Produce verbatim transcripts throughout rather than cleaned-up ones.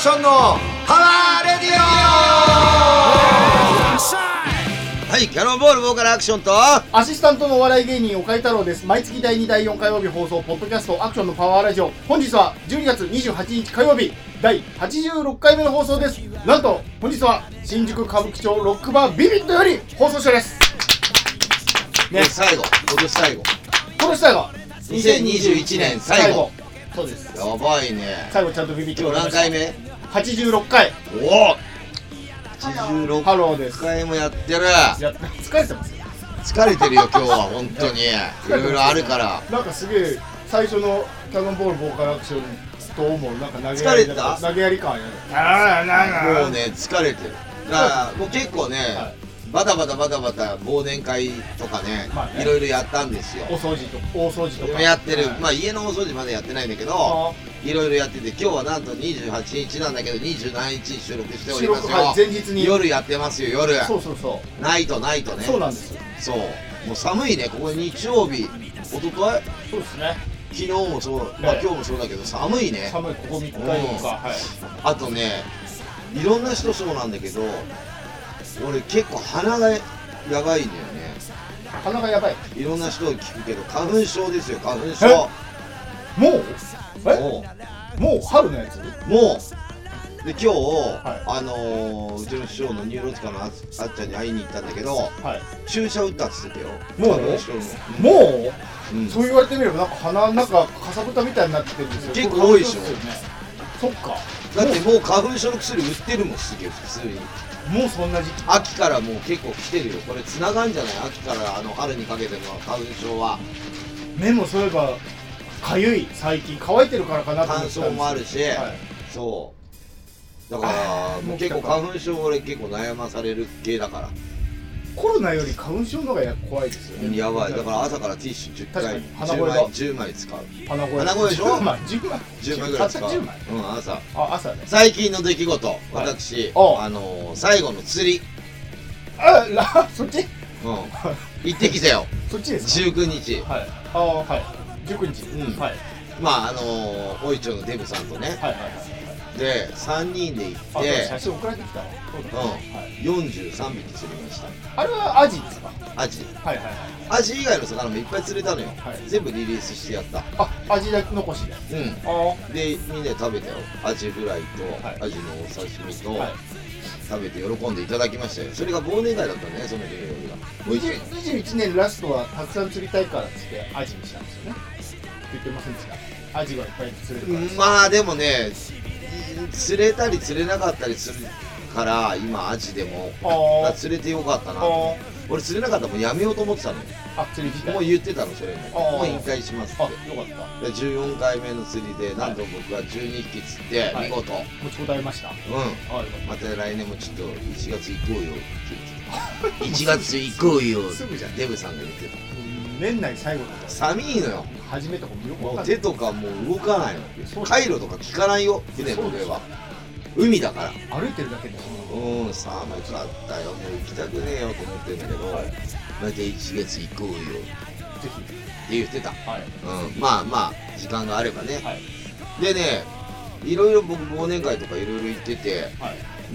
ションのパワーレディオ。はい、キャノンボールボーカルアクションとアシスタントのお笑い芸人岡井太郎です。毎月だいにだいよん火曜日放送ポッドキャストアクションのパワーラジオ。本日はじゅうにがつにじゅうはちにち火曜日だいはちじゅうろっかいめの放送です。なんと本日は新宿歌舞伎町ロックバービビットより放送中ですね。最後、今年最後、 今年最後、 にせんにじゅういちねん最後。 そうです。 やばいね。 最後ちゃんとビビット。 今日何回目？ はちじゅうろっかい。 おお、はちじゅうろっかいもやってる。 やって疲れてますよ。 疲れてるよ今日は本当に。いろいろあるから。 なんかすげえ最初のキャノンボールボーカルアクションと思う。なんか投げやり疲れた？ 投げやり感やる。ああなんかもうね疲れてる。だからもう結構ね、はい、バタバタバタバタ忘年会とかね、まあね、いろいろやったんですよ。 お掃除と大掃除とかやってる、はい、まあ家の大掃除までやってないんだけど、いろいろやってて、今日はなんとにじゅうはちにちなんだけどにじゅうしちにちに収録しておりますよ。 はい、前日に夜やってますよ。夜。 そうそうそう。 ナイトナイトね。 そうなんですよ。 そう。もう寒いね。ここ日曜日、一昨日。 そうですね。 昨日もそう、まあ今日もそうだけど寒いね。 寒い。ここみっかよっか。はい。 あとね、いろんな人そうなんだけど、俺結構鼻がやばいんだよね。 鼻がやばい。 いろんな人に聞くけど花粉症ですよ。花粉症。 もう？え？もうもう春のやつ？ もう。で今日、 はい、 あのー、うちの師匠のニューロティカのあっちゃんに会いに行ったんだけど、はい、注射打ったっつってたよ。 もう？ 花粉症の。 もう？うん、そう言われてみればなんか鼻の中かさぶたみたいになってるんですよ。 結構多いでしょ。 そっか。 だってもう花粉症の薬売ってるもんすげえ普通に。 もうそんな時期？ 秋からもう結構来てるよ。これ繋がんじゃない？秋からあの春にかけての花粉症は。 目もそういえばかゆい、最近乾いてるからかなと思ってたんですよ。 乾燥もあるし、はい、そうだからもう結構花粉症俺結構悩まされる系だから。 コロナより花粉症の方が怖いですよね。 やばい。だから朝からティッシュじゅっかいじゅうまい使う。 鼻声鼻声でしょ。 じゅうまいじゅうまいぐらい使う。 じゅうまい。 うん、朝。 あ、朝ね。 最近の出来事、私あの最後の釣り、 あら、そっち？うん、 行ってきたよ。 そっちですか？ じゅうくにち。 はい。ああ、はい。じゅうくにち。うん。はい。 まああの大井町のデブさんとね。はいはいはい。でさんにんで行って、 写真送られてきたわ。 うん。よんじゅうさんびき釣りました。 あれはアジですか？ アジ。 はいはいはい。 アジ以外の魚もいっぱい釣れたのよ。全部リリースしてやった。 あ、アジだけ残しで。 うん。ああ。でみんなで食べたよ。アジフライとアジのお刺身と。食べて喜んでいただきましたよ。それが忘年会だったね、その日が。 にじゅういちねんラストはたくさん釣りたいからっつってアジにしたんですよね。言ってませんでした？アジがいっぱい釣れるから。 まあでもね、釣れたり釣れなかったりするから今アジでも釣れてよかったなと。俺釣れなかったらもうやめようと思ってたのよ。 あ、釣り自体もう言ってたの。それももう引退しますって。 あ、よかった。 じゅうよんかいめの釣りでなんと僕はじゅうにひき釣って見事持ちこたえました。うん。 また来年もちょっといちがつ行こうよっていちがつ行こうよってデブさんが言ってた。 年内最後だから寒いのよ。 初めとかもよくわかんない。手とかもう動かないの。回路とか効かないよ船の上は。海だから歩いてるだけで。 うん、寒かったよ。もう行きたくねえよと思ってるんだけど、またいちがつ行こうよぜひって言ってた。はい。うん、まあまあ時間があればね。はい。でね、いろいろ僕忘年会とかいろいろ行ってて、はい、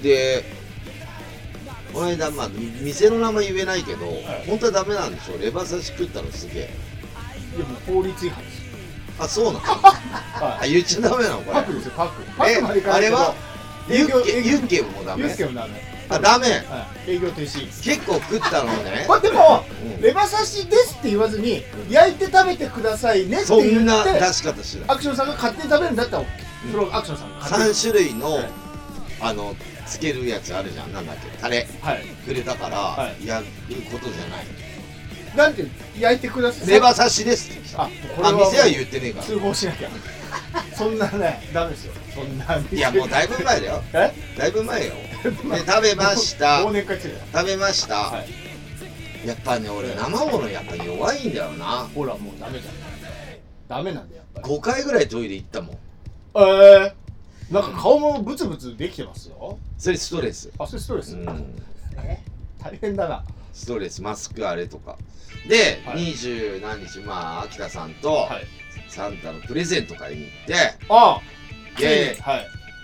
でこの間まあ店の名前言えないけど、はい、本当はダメなんでしょ。レバ刺し食ったのすげえ。 いやもう法律違反ですよ。 あ、そうなの？はい、あ、言っちゃダメなのこれ。 パックですよ、パック。パックまであれはユッケもダメ？ ユッケもダメ。 あ、ダメ。 営業停止。 結構食ったのね。 まあでもレバ刺しですって言わずに焼いて食べてくださいねって言って、 そんな出し方しない。 アクションさんが勝手に食べるんだったら OK。それをアクションさんがさんしゅるいのあのつけるやつあるじゃん。なんだっけ、タレくれたからやることじゃない。 なんて焼いてください。 レバ刺しですって。あ、店は言ってねえから。 通報しなきゃ。そんなね、ダメですよ。そんな。 いやもうだいぶ前だよ。え？だいぶ前よ。で食べました。 忘年会中食べました。やっぱね、俺生ものやっぱ弱いんだよな。 ほらもうダメじゃん。ダメなんだよ。 ごかいぐらいトイレ行ったもん。 ええ。なんか顔もブツブツできてますよ。 それストレス。 あ、それストレス。大変だな。 ストレス、マスクあれとかで、はい、にじゅうなんにち、まあ秋田さんと、はい、サンタのプレゼント買いに行って、 ああで、 はい、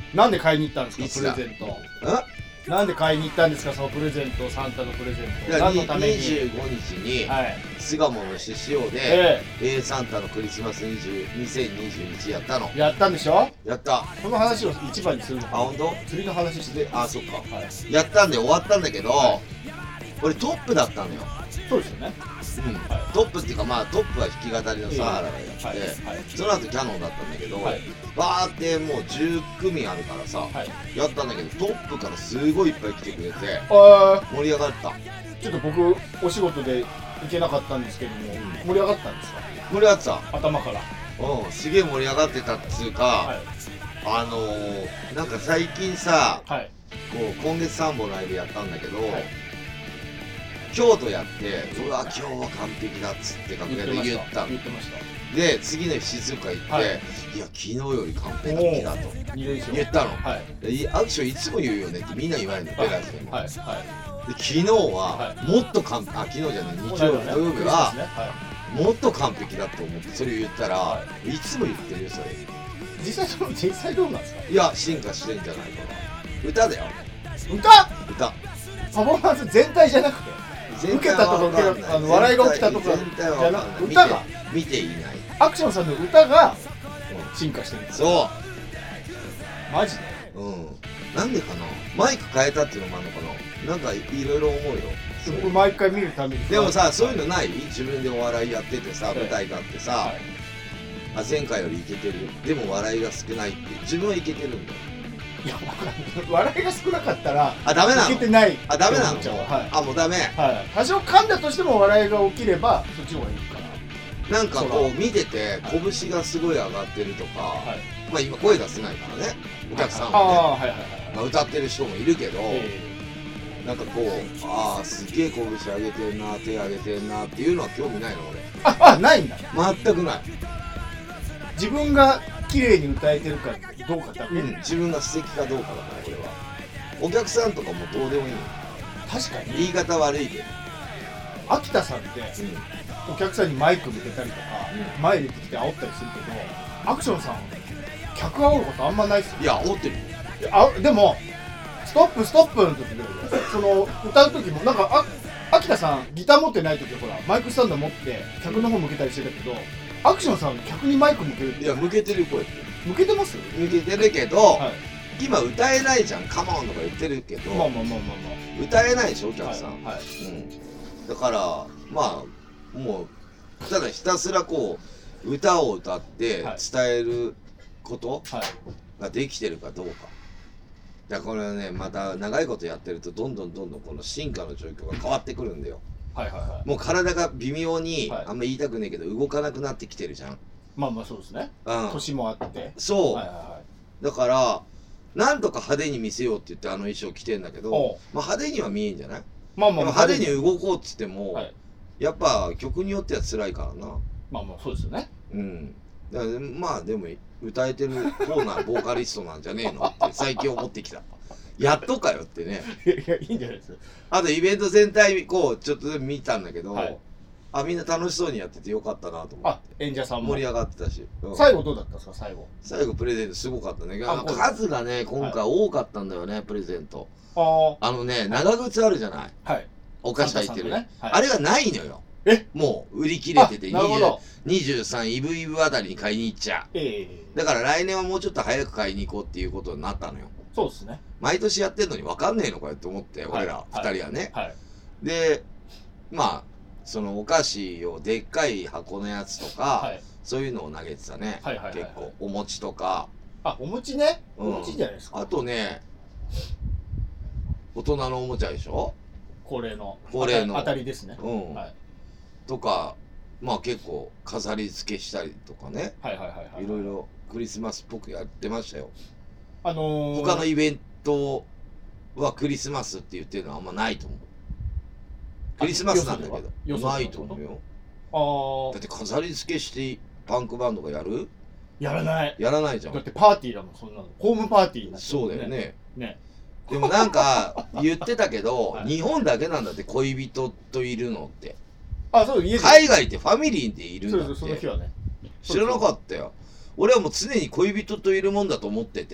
なんで買いに行ったんですかいつだプレゼント。 んなんで買いに行ったんですかそのプレゼント、サンタのプレゼント。 いや何のために。 にじゅうごにちにはい巣鴨の獅子王で、 え A サンタのクリスマスにじゅうにせんにじゅういちやったの。 えやったんでしょ。 やった。 この話を一番にするのあ、 か。 ほんと？ 釣りの話して。 あ、そっか。 はいやったんで終わったんだけど、 は俺トップだったのよ。 そうですよね。 うんはいトップっていうか、まあトップは弾き語りのサハラがやって、 はいはいその後キャノンだったんだけど、 はいバーってもうじゅっくみあるからさ、 はいやったんだけどトップからすごいいっぱい来てくれてあ盛り上がった。 ーちょっと僕お仕事で行けなかったんですけども、盛り上がったんですか盛り上がってた。 頭から。 うん、すげえ盛り上がってたっつうか、 はいあのー、なんか最近さ、 はいこう今月さんぼんライブやったんだけど、 はい京都やってうわ今日は完璧だっつって楽屋で言ったの言ってましたで次の日静岡行って、 はいい、や昨日より完璧だとに連勝言ったの、 はいでいアクションいつも言うよねってみんな言われるの、ベラスでも、 はいはいで昨日はもっと完璧、あ昨日じゃない日曜日土曜日はもっと完璧だと思ってそれを言ったら、 はいつも言ってるよそれ。 実際その実際どうなんですか。 いや進化してんじゃないかな。歌だよ歌歌。 パフォーマンス全体じゃなくて受けたとか受けなあの笑いが起きたとか全体はじゃな分かんないく歌が見て、見ていない。 アクションさんの歌が進化してるんですそマジで。 う。うん。なんでかな。マイク変えたっていうのもあるのかな。なんかいろいろ思うよ。 僕毎回見るためにでもさ、そういうのない？自分でお笑いやっててさ、 はい舞台だってさ、 はいあ前回よりいけてるよ。でも笑いが少ないって自分はいけてるんだよ。 いやわかんない笑いが少なかったらあ、ダメなのいけてないあ、ダメなのって思っちゃうわはいあ、もうダメ。 はい多少噛んだとしても笑いが起きればそっちの方がいいかな。 なんかこう見てて拳がすごい上がってるとか、 はいまあ今声出せないからね、お客さんあはね、 あはいはいはいまあ、歌ってる人もいるけど、 えなんかこう、ああすげえ拳上げてんな、手上げてんなっていうのは興味ないの俺。 ーああないんだ。 全くない。 自分が綺麗に歌えてるかどうかだけ、 うん、自分が素敵かどうかだから俺は。お客さんとかもどうでもいいの。 確かに言い方悪いけど。 秋田さんってうん。 お客さんにマイク向けたりとか、 う前出てきて煽ったりするけどアクションさん客煽ることあんまないっすよ。 いや、煽ってるよ。 あでもストップストップの時でその歌う時もなんかあ秋田さんギター持ってない時はほらマイクスタンド持って客の方向けたりしてたけどアクションさん客にマイク向けるっていや、向けてるよ、こうやって。 向けてます向けてるけど、 はい今歌えないじゃん、カモンとか言ってるけど、 まあまあまあまあ歌えないでしょ、お客まあさん。 はい、はいうん。だから、まあ、もう、ただひたすらこう、歌を歌ってはい伝えることはいができてるかどうか。だからこれはね、また長いことやってると、どんどんどんどんこの進化の状況が変わってくるんだよ。 はいはいはいもう体が微妙に、 はいあんま言いたくねえけど、動かなくなってきてるじゃん。 まあまあそうですねうん。 年もあってそう。 はいはいはだから、なんとか派手に見せようって言ってあの衣装着てんだけど、 おうまあ派手には見えんじゃない？ いまあでもまあ派手に動こうっつっても、 はいやっぱ曲によっては辛いからな。 まあまあそうですよねうん。だからまあでも歌えてる方なボーカリストなんじゃねえのって最近思ってきた。やっとかよってね。 いやいいんじゃないですか。 あとイベント全体こうちょっとでも見たんだけど、 はいあみんな楽しそうにやっててよかったなと思っあて。 演者さんも盛り上がってたし、うん最後どうだったんですか最後。 最後プレゼントすごかったね。あのあこう数がね今回多かったんだよね、プレゼント。 ああのね長靴あるじゃない。 あはいお菓子入ってる、 サンタさんのねはいあれがないのよ。 えもう売り切れててあなるほどにじゅうさんイブイブあたりに買いに行っちゃええう。だから来年はもうちょっと早く買いに行こうっていうことになったのよ。 そうですね毎年やってんのに分かんねえのかよって思って、 はい俺らふたりはね、 はいでまあそのお菓子をでっかい箱のやつとか、 はいそういうのを投げてたね、 はいはいはいはい結構お餅とか、 あお餅ねうんお餅じゃないですかあとね大人のおもちゃでしょ、 恒例の恒例の当たりですねうんはいとかまあ結構飾り付けしたりとかね、 はいはいはいはいいろいろクリスマスっぽくやってましたよ。 あのー他のイベントはクリスマスって言ってるのはあんまないと思う。クリスマスなんだけよそではどないと思うよ。 ああだって飾り付けしてパンクバンドがやるやらないやらないじゃん。 だってパーティーだもんそんなのホームパーティーになっちゃそうだよね。 ねでもなんか言ってたけど、 はい日本だけなんだって恋人といるのって。 あそう家で海外ってファミリーでいるんそうだって。 そうその日はね知らなかったよ。俺はもう常に恋人といるもんだと思ってて、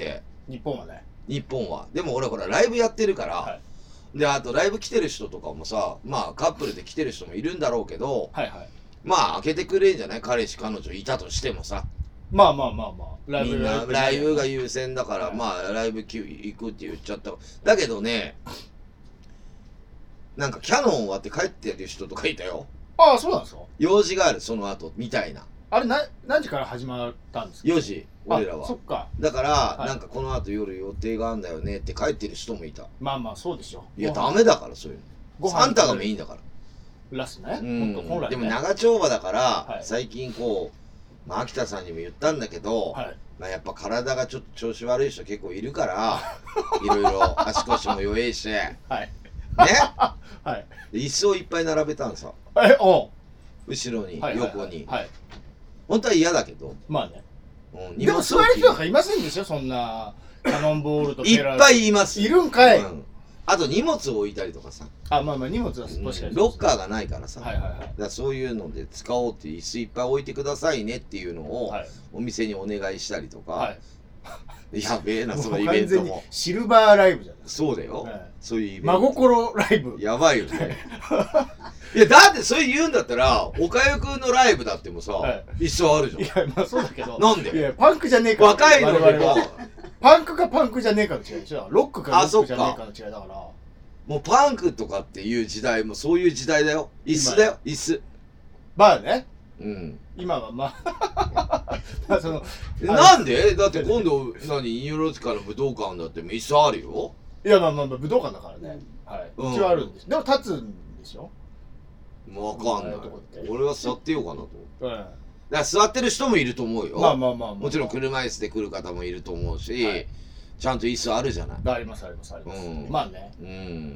日本はね。 日本は。でも俺ほらライブやってるから、はい、であとライブ来てる人とかもさ、まあカップルで来てる人もいるんだろうけど、はいはい、まあ開けてくれんじゃない、彼氏彼女いたとしてもさ。 まあまあまあまあライブみんなライブが優先だから、はい、まあライブ行くって言っちゃった。だけどね、なんかキャノン終わって帰ってる人とかいたよ。 ああ、そうなんですか。 用事があるその後みたいな。 あれな何時から始まったんですか。 よじ、俺らは。 そっか。 だから、はい、なんかこの後夜予定があんだよねって帰ってる人もいた。 まあまあそうでしょ。 いやダメだからそういうの。ご飯サンタがメインだから。 ラスね。 うん。本来ね、でも長丁場だから、はい、最近こう、まあ秋田さんにも言ったんだけど、はい、まあやっぱ体がちょっと調子悪い人結構いるから、いろいろ足腰も弱いし、はい、ね。はい。椅子をいっぱい並べたんさ。 え、おう。 後ろに、はい、横に、はい、本当は嫌だけど、 まあね、うん、でも座る人なんかいませんでしょ、そんなキャノンボールといっぱいいます。 いるんかい、うん、 あと荷物を置いたりとかさ、 あ、まあまあ荷物は確かに、 うん、ロッカーがないからさ、はいはいはい、だからそういうので使おうっていう椅子いっぱい置いてくださいねっていうのを、はい、お店にお願いしたりとか、はい、やべえなそのイベントもシルバーライブじゃない。 そうだよ、はい、そういうイベント真心ライブやばいよねいやだってそれ言うんだったら岡ゆくんのライブだってもさ、はい、一緒あるじゃん。 いやまあそうだけど、 なんでいやパンクじゃねえか、 若いのでもパンクかパンクじゃねえかの違いでしょ。ロックかロックじゃねえかの違いだから、 もうパンクとかっていう時代もそういう時代だよ。椅子だよ、椅子。 まあね、 うん、 今はまあまあそのなんでだって今度何インヨロティカの武道館だって椅子あるよ。 いやまあまあ武道館だからね、はい、一応あるんです。でも立つんでしょ。 わかんない。俺は座ってようかなと思って。うん、だから座ってる人もいると思うよ。 まあまあまあ、まあ、 もちろん車椅子で来る方もいると思うし、はい、ちゃんと椅子あるじゃない。 ありますありますあります。うん、まあね、うん、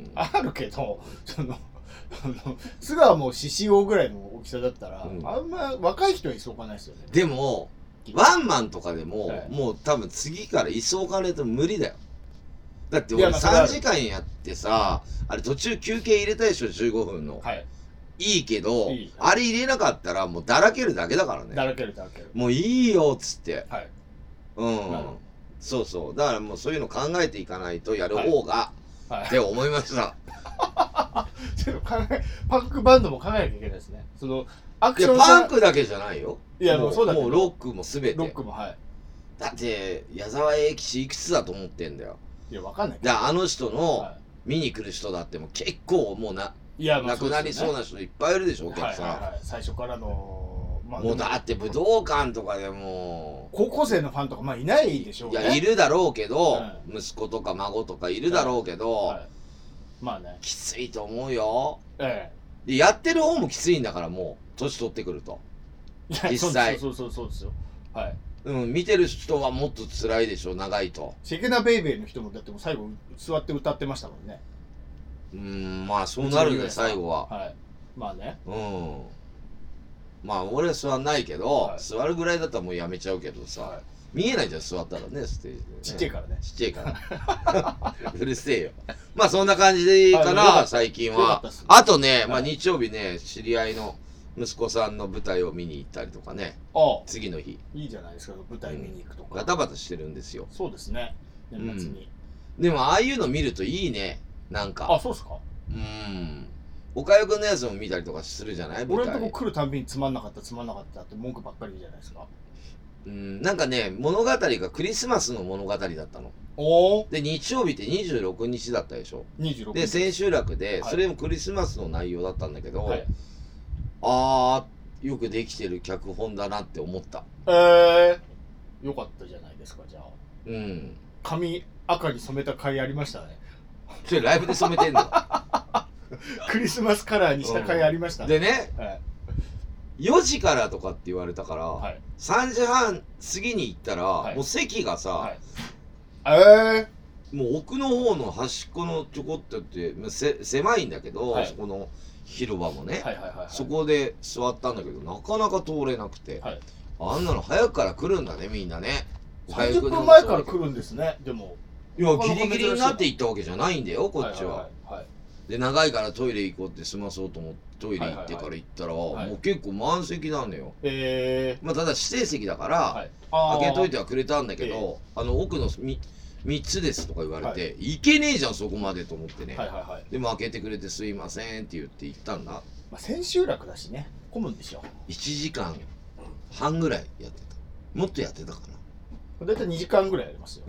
あるけど、その素がもう獅子王ぐらいの大きさだったら、うん、あんま若い人は椅子置かないですよね。 でもワンマンとかでも、はい、もう多分次から椅子置かないと無理だよ。だって俺さんじかんやってさ、あれ途中休憩入れたでしょ、じゅうごふんの。はい。いいけど、いい、あれ入れなかったらもうだらけるだけだからね。 だらけるだらける。 もういいよっつって。はい。うん。そうそう。だからもうそういうの考えていかないとやる方が、はい、って思いました。 パンクバンドも考えなきゃいけないですね。そのアクション。いやパンクだけじゃないよ。 いやもうそうだけど。 もうロックもすべて。 ロックもはい。 だって矢沢永吉いくつだと思ってんだよ。 いやわかんない。 だからあの人の、はい、見に来る人だっても結構もうないや、まあ、亡くなりそうな人いっぱいいるでしょ、お客さん。 最初からの、 まあ、もうだって武道館とかでも高校生のファンとかまあいないでしょうね。 いやいるだろうけど、うん、息子とか孫とかいるだろうけど、はいはい、 まあね、 きついと思うよ、ええ、でやってる方もきついんだから、もう年取ってくると実際そうそうそうそうですよ、はい、 うん、見てる人はもっと辛いでしょ、長いと。 シェケナベイベーの人もだってもう最後座って歌ってましたもんね。 うん、まあそうなるね、最後は。 はい。まあね。 うん。まあ俺は座んないけど、はい、座るぐらいだったらもうやめちゃうけどさ、はい、見えないじゃん、座ったらね、ステージで、ね。 ちっちゃいからね。 ちっちゃいから。うるせえよ。まあそんな感じでいいかな、はい、最近は。あとね、はい、まあ日曜日ね、知り合いの息子さんの舞台を見に行ったりとかね。ああ、次の日。 いいじゃないですか、舞台見に行くとか。 ガタバタしてるんですよ。 そうですね。年末に。 うん、でもああいうの見るといいね。なんか。 あ、そうっすか。 うん。岡ゆくんのやつも見たりとかするじゃない。 俺のとこ来るたびにつまんなかったつまんなかったって文句ばっかりじゃないですか。 うん、なんかね、物語がクリスマスの物語だったの。おお。で日曜日ってにじゅうろくにちだったでしょ。 にじゅうろくで千秋楽で、はい、それもクリスマスの内容だったんだけど、はい、あーよくできてる脚本だなって思った。 えー、よかったじゃないですか。じゃあ、 うん、 髪赤に染めた回ありましたね。 それライブで染めてんのクリスマスカラーにした回ありました、 うん、でね、はい、よじからとかって言われたから、はい、さんじはん過ぎに行ったら、はい、もう席がさ、はい、えー、もう奥の方の端っこのちょこっとってせ狭いんだけど、はい、そこの広場もね、そこで座ったんだけどなかなか通れなくて、はい、あんなの早くから来るんだね、みんなね。 さんじゅっぷんまえから来るんですね。でもいやギリギリになって行ったわけじゃないんだよ、こっちは。はいはいはい、で長いからトイレ行こうって済まそうと思ってトイレ行ってから行ったら、はいはいはい、もう結構満席なんだよ。へえー、まあただ指定席だから、はい、開けといてはくれたんだけど、えー、あの奥のみみっつですとか言われて、はい、いけねえじゃんそこまでと思ってね、 はいはいはい、 でも開けてくれてすいませんって言って行ったんだ。 まあ、千秋楽だしね混むんでしょ。 いちじかんはんぐらいやってた。もっとやってたかな。 だいたいにじかんぐらいやりますよ、 うん、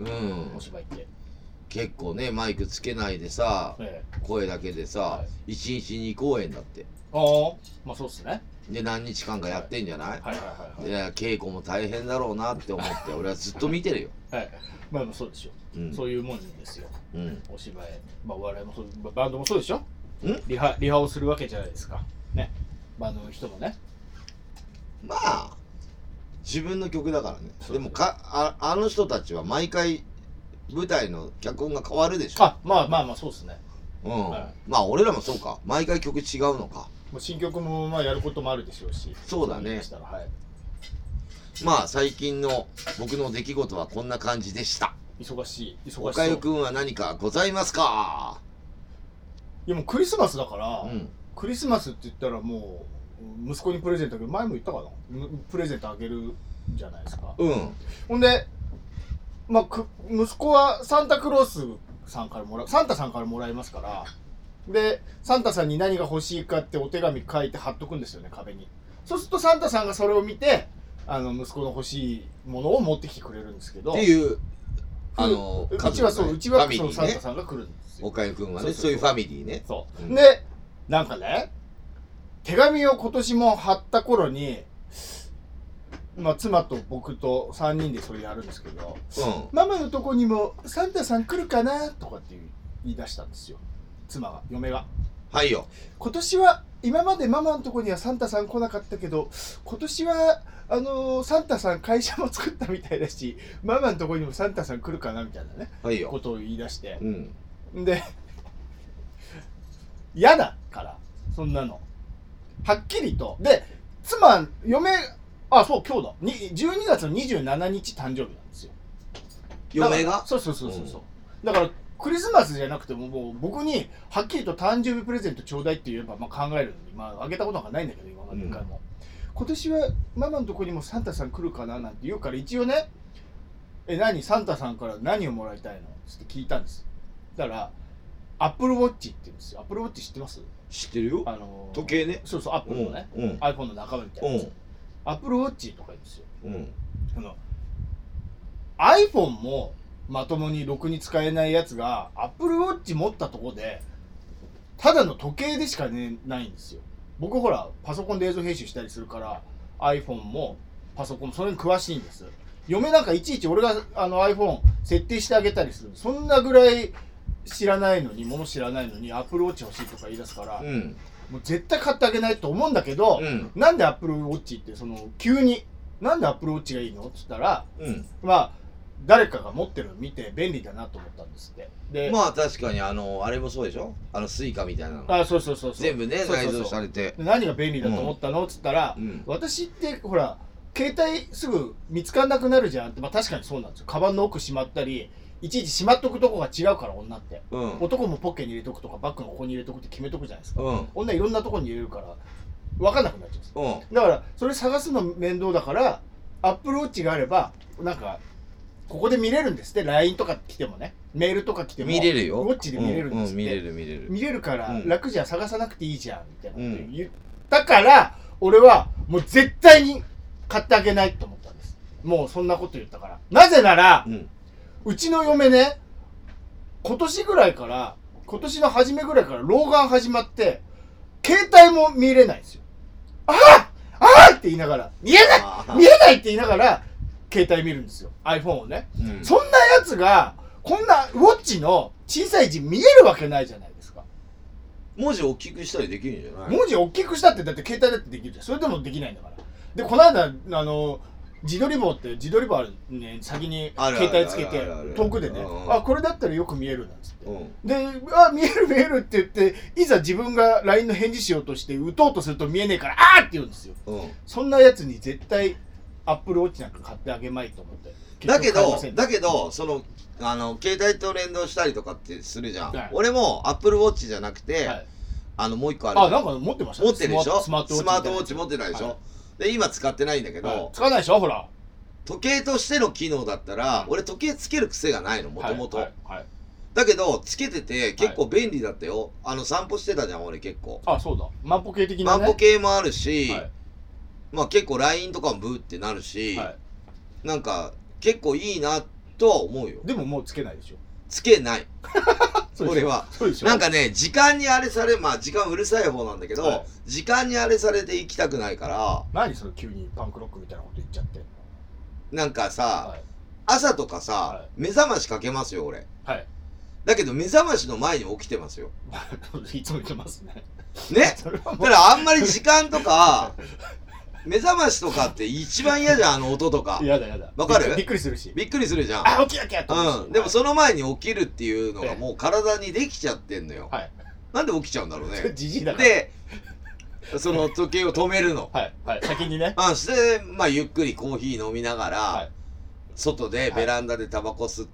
お芝居って結構ねマイクつけないでさ、ええ、声だけでさ、はい、いちにちにこうえんだって。 ああまあそうっすね。 で何日間かやってんじゃない、はい、はいはいはいはい、で稽古も大変だろうなって思って俺はずっと見てるよ。 はいまあそうでしょ、うん、そういうもんですよ、うん、お芝居、まあ、お笑いもそう、バンドもそうでしょ。んリハリハをするわけじゃないですかね、バンドの人もね。 まあ自分の曲だからね。でもか あ, あの人たちは毎回舞台の脚本が変わるでしょ。 あまあまあまあそうですね。 うん、はい、まあ俺らもそうか、毎回曲違うのか。 もう新曲もまあやることもあるでしょうし。 そうだね。はい、まあ最近の僕の出来事はこんな感じでした。 忙しい忙しい。 おかゆくんは何かございますか。 いやもうクリスマスだから、うん、クリスマスって言ったらもう息子にプレゼントあげる。前も言ったかな、プレゼントあげるじゃないですか。うん。ほんでまあく息子はサンタクロースさんからもらうサンタさんからもらいますから、でサンタさんに何が欲しいかってお手紙書いて貼っとくんですよね、壁に。そうするとサンタさんがそれを見てあの息子の欲しいものを持ってきてくれるんですけどっていうあのうちはそう、うちはそのサンタさんが来るんですよ。 おかゆくんはね、そういうファミリーね。 そう、うん、でなんかね手紙を今年も貼った頃に、まあ、妻と僕とさんにんでそれやるんですけど、うん、ママのとこにもサンタさん来るかなとかって言い出したんですよ、妻が、嫁が。 はいよ。 今年は今までママのとこにはサンタさん来なかったけど、今年はあのー、サンタさん会社も作ったみたいだし、ママのとこにもサンタさん来るかなみたいなね、はいよ、ことを言い出して、うん、で嫌だからそんなのはっきりと。で妻嫁あそう今日だにじゅうにがつのにじゅうしちにち誕生日なんですよ、 嫁が。 そうそうそうそうそう、うん、だからクリスマスじゃなくてももう僕にはっきりと誕生日プレゼントちょうだいって言えば、まあ、考えるのに、まああげたことなんかないんだけど今まで一回も、うん、今年はママのとこにもサンタさん来るかななんて言うから、一応ねえ何サンタさんから何をもらいたいのって聞いたんです。だからアップルウォッチって言うんですよ。アップルウォッチ知ってます？ 知ってるよ、あのー、時計ね。 そうそう、アップルのね、うんうん、iPhone の中身みたいなやつ、うん、アップルウォッチとか言うんですよ、うん、あの iPhone もまともにろくに使えないやつがアップルウォッチ持ったとこでただの時計でしか、ね、ないんですよ。僕ほらパソコンで映像編集したりするから iPhone もパソコンもそれに詳しいんです。嫁なんかいちいち俺があの iPhone 設定してあげたりする。そんなぐらい知らないのに、もの知らないのにアップルウォッチ欲しいとか言い出すから、うん、もう絶対買ってあげないと思うんだけど、うん、なんでアップルウォッチってその急になんでアップルウォッチがいいのって言ったら、うん、まあ誰かが持ってるの見て便利だなと思ったんですって。でまあ確かにあのあれもそうでしょ、あのスイカみたいなの。 あそうそうそうそう、 全部ね内蔵されて。 何が便利だと思ったのって言ったら、うん、私ってほら携帯すぐ見つかんなくなるじゃんって、まあ確かにそうなんですよ。カバンの奥しまったりいちいちしまっとくとこが違うから女って、うん、男もポッケに入れとくとかバッグのここに入れとくって決めとくじゃないですか、うん、女いろんなとこに入れるから分かんなくなっちゃうんです、うん、だからそれ探すの面倒だからアップルウォッチがあればなんかここで見れるんですって。 ライン とか来てもね、メールとか来ても見れるよ、 ウォッチで見れるんですって、うんうん、 見れる見れる見れるから楽じゃん、探さなくていいじゃんみたいなこと言ったから、うん、俺はもう絶対に買ってあげないと思ったんです。もうそんなこと言ったから。なぜなら、うんうちの嫁ね、今年ぐらいから今年の初めぐらいから老眼始まって携帯も見れないんですよ。ああああって言いながら見えない見えないって言いながら携帯見るんですよ、 iPhone をね、うん、そんなやつがこんなウォッチの小さい字見えるわけないじゃないですか。 文字大きくしたりできるんじゃない？ 文字大きくしたってだって携帯だってできるじゃん。それでもできないんだから。でこの間あの自撮り棒って自撮り棒あるね、先に携帯つけて遠くでね、あこれだったらよく見えるなんつって、うん、であ見える見えるって言っていざ自分が ライン の返事しようとして打とうとすると見えねえからあーって言うんですよ、うん、そんなやつに絶対アップルウォッチなんか買ってあげまいと思って。 だけどだけどそのあの携帯と連動したりとかってするじゃん、はい、俺もアップルウォッチじゃなくて、はい、あのもう一個ある。 あなんか持ってましたね。 持ってるでしょ。 スマートウォッチスマートウォッチ持ってないでしょ、はい、で今使ってないんだけど、はい、 使わないでしょほら。 時計としての機能だったら、俺時計つける癖がないの、もともと。だけど、つけてて結構便利だったよ。あの、散歩してたじゃん、俺結構。 あ、そうだ。万歩計的なね。 万歩計もあるし、まあ結構 ライン とかもブーってなるし、なんか結構いいなとは思うよ。 でももうつけないでしょ。 つけない。俺は。なんかね、時間にあれされ、まあ時間うるさい方なんだけど、はい、時間にあれされて行きたくないから。 何それ急にパンクロックみたいなこと言っちゃって。 なんかさ、はい、朝とかさ、はい、目覚ましかけますよ、俺。はい。だけど目覚ましの前に起きてますよ。 いつも言ってますね。 ね。だからあんまり時間とか、目覚ましとかって一番嫌じゃん、あの音とか。 嫌だ嫌だ。 わかる？ びっくりするし。 びっくりするじゃん。 あ、起きなきゃって。 うん。でもその前に起きるっていうのがもう体にできちゃってんのよ。はい。なんで起きちゃうんだろうね。 じじいだから。 で、その時計を止めるの。 はい。はい。先にね。 あ、して、まあゆっくりコーヒー飲みながら、外でベランダでタバコ吸って、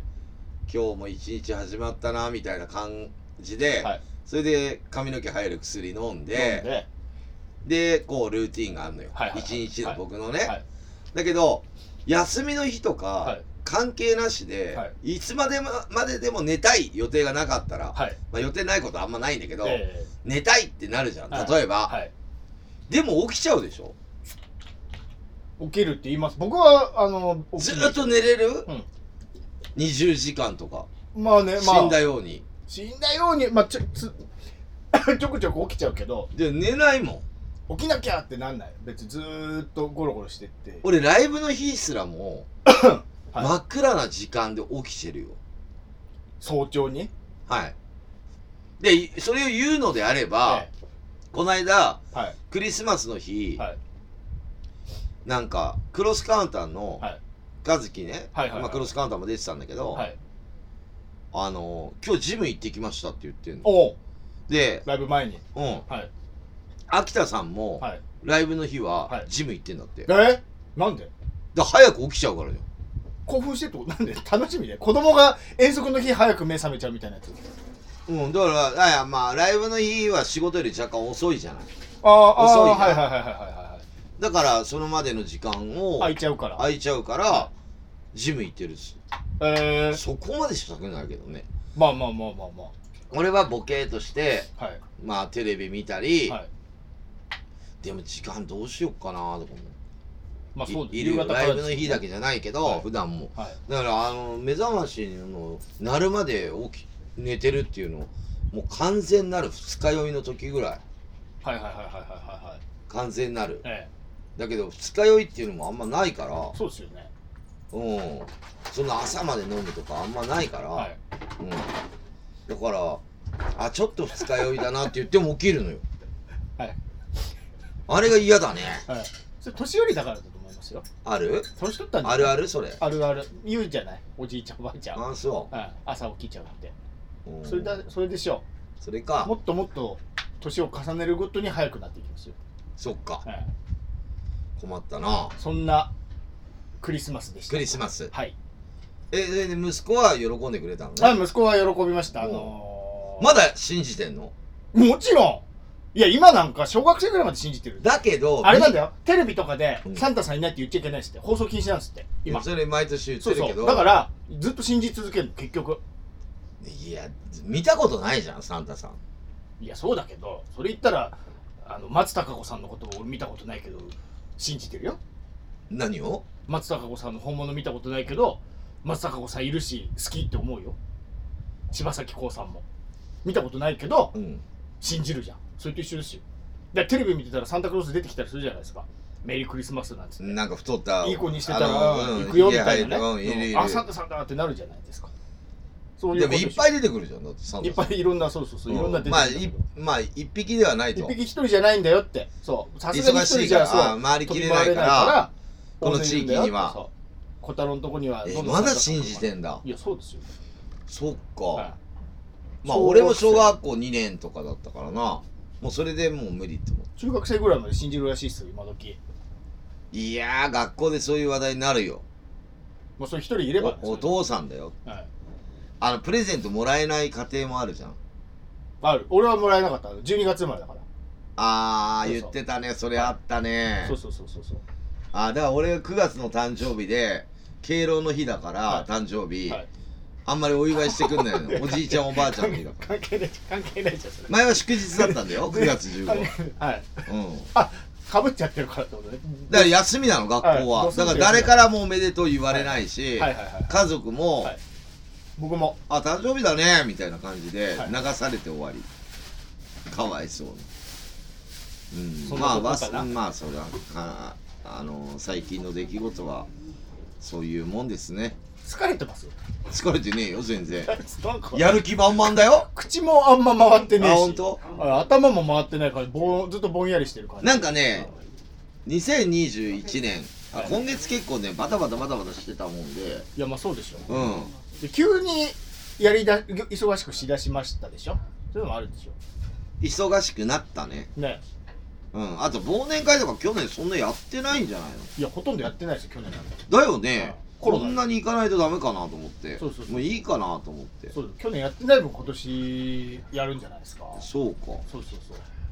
今日も一日始まったな、みたいな感じで、それで髪の毛生える薬飲んで、で、こう、ルーティンがあるのよ。一日の僕のね。はい、だけど、休みの日とか、関係なしで、はい、いつまでまででも寝たい予定がなかったら、はい、まあ予定ないことあんまないんだけど、えー、寝たいってなるじゃん。例えば。はいはい、でも起きちゃうでしょ？ 起きるって言います。僕は、あの、 ずっと寝れる？うん、にじゅうじかんとか。 まあね、まあ。 死んだように。 死んだように、まあちょ、つちょくちょく起きちゃうけど。 で、寝ないもん。 起きなきゃってなんない。別にずーっとゴロゴロしてって。 俺ライブの日すらも、はい、真っ暗な時間で起きてるよ。 早朝に？ はい。で、それを言うのであれば、ええ、この間、はい、クリスマスの日、はい、なんか、クロスカウンターの、和樹ね、クロスカウンターも出てたんだけど、はい、あの、今日ジム行ってきましたって言ってんの。 おで、 ライブ前に。 うん。はい。秋田さんも、はい、ライブの日はジム行ってんだって。 え？なんで？ だ早く起きちゃうからよ。 興奮してるとなんで？楽しみで子供が遠足の日早く目覚めちゃうみたいなやつ。 うん、だから、いやまあライブの日は仕事より若干遅いじゃない。 ああ、遅い。はいはいはいはいはい。 だからそのまでの時間を空いちゃうから空いちゃうから、はい、ジム行ってるし。えー、そこまでしたくないけどね。 まあまあまあまあまあ。 俺はボケとして、はい、まあテレビ見たり。はい、でも時間どうしようかなとかも、まあ、そういるよ。ライブの日だけじゃないけど、はい、普段も、はい、だからあの目覚ましの鳴るまで起き寝てるっていうのもう完全なる二日酔いの時ぐらい。 はいはいはいはいはいはい。 完全なる、ええ、だけど二日酔いっていうのもあんまないから。 そうですよね。 うん、そんな朝まで飲むとかあんまないから、はい、うん、だからあちょっと二日酔いだなって言っても起きるのよ。はい、あれが嫌だね。はい。 それ年寄りだからだと思いますよ。 ある？ 年取ったんじゃない？ あるあるそれ。 あるある。言うじゃない。おじいちゃんおばあちゃん。 あ、そう。 うん。朝起きちゃうって。それだそれでしょう。それか。 もっともっと年を重ねるごとに早くなっていきますよ。 そっか。はい。困ったな。 そんなクリスマスでした。 クリスマス。 はい。 えで息子は喜んでくれたのね。 あ、息子は喜びました。あのー、まだ信じてんの？ もちろん。いや今なんか小学生ぐらいまで信じてる。 だけどあれなんだよ、テレビとかでサンタさんいないって言っちゃいけないっすって、放送禁止なんですって今。 それ毎年言ってるけど。そうそう、 だからずっと信じ続けるの結局。 いや見たことないじゃんサンタさん。 いやそうだけど、それ言ったらあの松たか子さんのことを俺見たことないけど信じてるよ。 何を？ 松たか子さんの本物見たことないけど松たか子さんいるし好きって思うよ。柴咲コウさんも見たことないけど、うん、信じるじゃん。それと一緒ですよ。だからテレビ見てたらサンタクロース出てきたりするじゃないですか。メリークリスマスなんつってなんか太ったいい子にしてたら行くよみたいなね。あ、サンタさんだってなるじゃないですか。 そういうでもいっぱい出てくるじゃん。だってサンタさんいっぱいいろんな、そうそうそう、いろんな出てくる。 まあいまあ一匹ではないと。 一匹一人じゃないんだよって。そう。さすがに一人じゃそう回りきれないからこの地域には。 小太郎のとこにはえまだ信じてんだ。 いやそうですよ。 そっか。まあ俺も小学校にねんとかだったからな。もうそれでもう無理って思う。 中学生ぐらいまで信じるらしいっすよ今時。 いやー学校でそういう話題になるよ。 もうそれ一人いれば、ね、 お, お父さんだよ、はい、あのプレゼントもらえない家庭もあるじゃん。 ある。俺はもらえなかった。じゅうにがつ生まれだから。 あーそうそう言ってたね。それあったね。 そうそうそうそうそう。 あ、だから俺がくがつの誕生日で敬老の日だから、はい、誕生日、はい、あんまりお祝いしてくんないのおじいちゃんおばあちゃんの日だから関係ない関係ないじゃんそれ。 前は祝日だったんだよくがつじゅうご。はい、 うん、あ、かぶっちゃってるからってことね。 だから休みなの学校は、はい、だから誰からもおめでとう言われないし、はいはいはいはい、家族も、はい、 僕もあ誕生日だねみたいな感じで流されて終わり、はい、かわいそうに、うん、まあまあまあそうだああの最近の出来事はそういうもんですね。 疲れてます？ 疲れてねえよ全然やる気満々だよ。 口もあんま回ってねえし、 あ本当？ 頭も回ってないからぼずっとぼんやりしてる感じ。 なんかねにせんにじゅういちねん、はい、今月結構ねバタバタバタバタしてたもんで。 いやまあそうでしょ。 うんで急にやりだ忙しくしだしましたでしょ。そういうのもあるでしょ。 忙しくなったね。 ね。 うん、あと忘年会とか去年そんなやってないんじゃないの？ いやほとんどやってないですよ去年なんて。 だよね、こんなに行かないとダメかなと思って。そうそうそう、もういいかなと思って。 そう去年やってない分今年やるんじゃないですか。 そうか。 そうそうそう。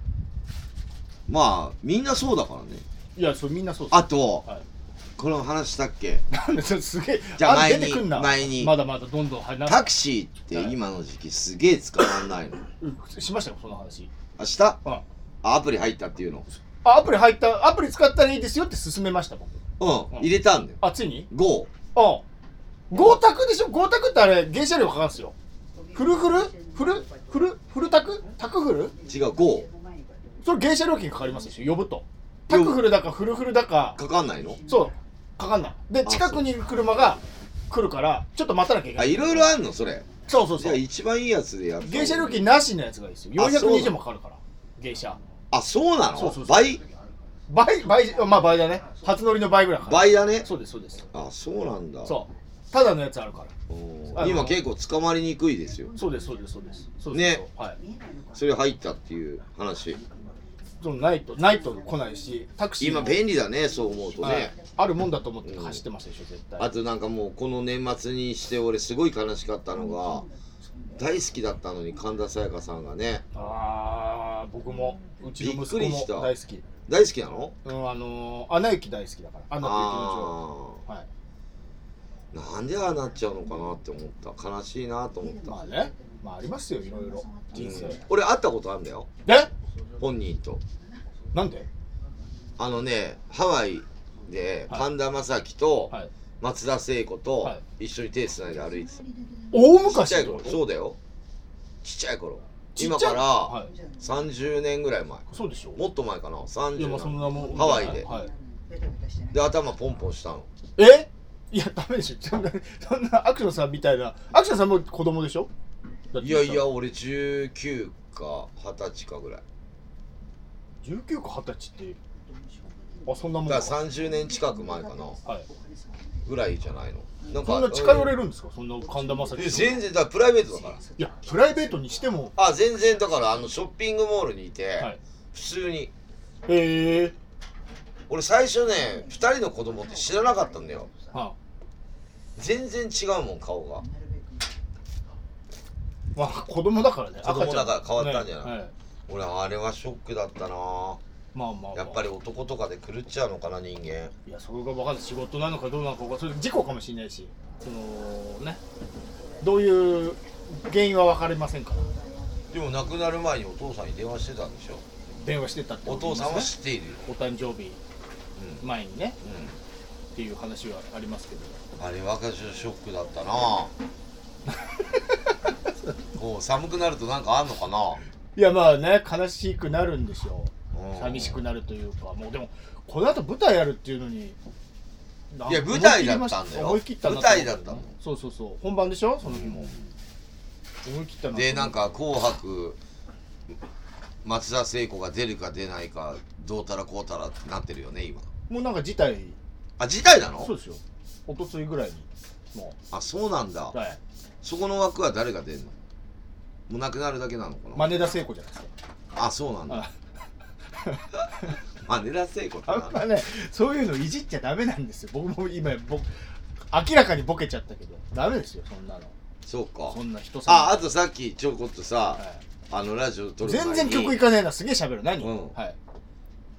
まあみんなそうだからね。 いやそうみんなそうです。 あと、はい、この話したっけ？ なんですげえ。 じゃあ前に出てくんな前にまだまだどんどんタクシーって今の時期すげえ使わないの。 しましたよその話。 あした？ うん。 アプリ入ったっていうの。 あアプリ入ったアプリ使ったらいいですよって勧めました僕。 うん、うん、入れたんだよ。 あついに？ ゴー。うん。ゴータクでしょ。ゴータクってあれ原車料かかるんですよ。フルフルフルフルフルタクタクフル？ 違うゴー。 それ原車料金かかりますでしょ呼ぶと。タクフルだかフルフルだかかかんないの？ そうかかんない。で近くにいる車が来るからちょっと待たなきゃいけない。 あいろいろあんのそれ。 そうそうそう。 じゃあ一番いいやつでやる。 原車料金なしのやつがいいですよ。よんひゃくにじゅうもかかるから原車。 あそうなの？ そうそうそう。 倍？ 倍倍まあ倍だね。初乗りの倍ぐらいかかる。 倍だね。 そうですそうです。 あそうなんだ。 そうただのやつあるから。 今結構捕まりにくいですよ。 そうですそうですそうです。そうですね。 はい。 それ入ったっていう話。 そのないとないと来ないしタクシー今便利だねそう思うとね、はい、 あるもんだと思って走ってますでしょ、うん、絶対。 あとなんかもうこの年末にして俺すごい悲しかったのが大好きだったのに神田沙也加さんがね。 ああ僕もうちの息子も大好き。 大好きなの？ うんあのー、アナ雪大好きだからアナと雪の女王。はい。 なんでああなっちゃうのかなって思った。悲しいなと思った。 まあねまあありますよいろいろ人生、うん、 俺会ったことあるんだよ。 で本人と。 なんで？ あのねハワイで神田正輝と松田聖子と一緒に手つないで歩いてた。 大昔？ ちっちゃい頃。そうだよちっちゃい頃。今からさんじゅうねんぐらい前。 そうでしょ。 もっと前かな。さんじゅうねん。 いやまあそんなもんハワイで、 はい、 で頭ポンポンしたの。 えいやダメでしょそんなそんなアクションさんみたいな。アクションさんも子供でしょ。 いやいや俺じゅうきゅうかはたちかぐらい。 じゅうきゅうかはたちってあそんなもんだからさんじゅうねん近く前かな、はい、ぐらいじゃないの。 なんかそんな近寄れるんですか、そんな神田正輝。 全然だからプライベートだから。いやプライベートにしてもあ全然だからあのショッピングモールにいて、はい、普通に。 へえ。 俺最初ねふたりの子供って知らなかったんだよ、はあ、全然違うもん顔が。 まあ子供だからね。 子供だから変わったんじゃない、ねはい、俺あれはショックだったな。 まあまあ、まあ、 やっぱり男とかで狂っちゃうのかな人間。 いやそれが分かんない。仕事なのかどうなのかそれ事故かもしれないしそのねどういう原因は分かりませんから。 でも亡くなる前にお父さんに電話してたんでしょ。 電話してたって、 ね、お父さんは知っているよ。 お誕生日前にね、うんうん、っていう話はありますけど。 あれ若者ショックだったなこう寒くなるとなんかあんのかな。 いやまあね悲しくなるんでしょう。寂しくなるというか。もうでもこの後舞台やるっていうのにいや舞台だったんだよ。 思い切った舞台だったの。 そうそうそう本番でしょその日も、うん、思い切ったな。 でなんか紅白松田聖子が出るか出ないかどうたらこうたらってなってるよね今。 もうなんか辞退。 あ辞退なの？ そうですよ。おとついぐらいにもう。 あそうなんだ、 はい、そこの枠は誰が出るの？もうなくなるだけなのかな。 真根田聖子じゃないですか。 あそうなんだ真根田聖子ってあんまねそういうのいじっちゃダメなんですよ。僕も今僕明らかにボケちゃったけどダメですよそんなの。 そうか。 そんな人さ。 ああとさっきちょこっとさ、はい、あのラジオ撮る前に全然曲いかねえな。すげえ喋る何、うん、はい、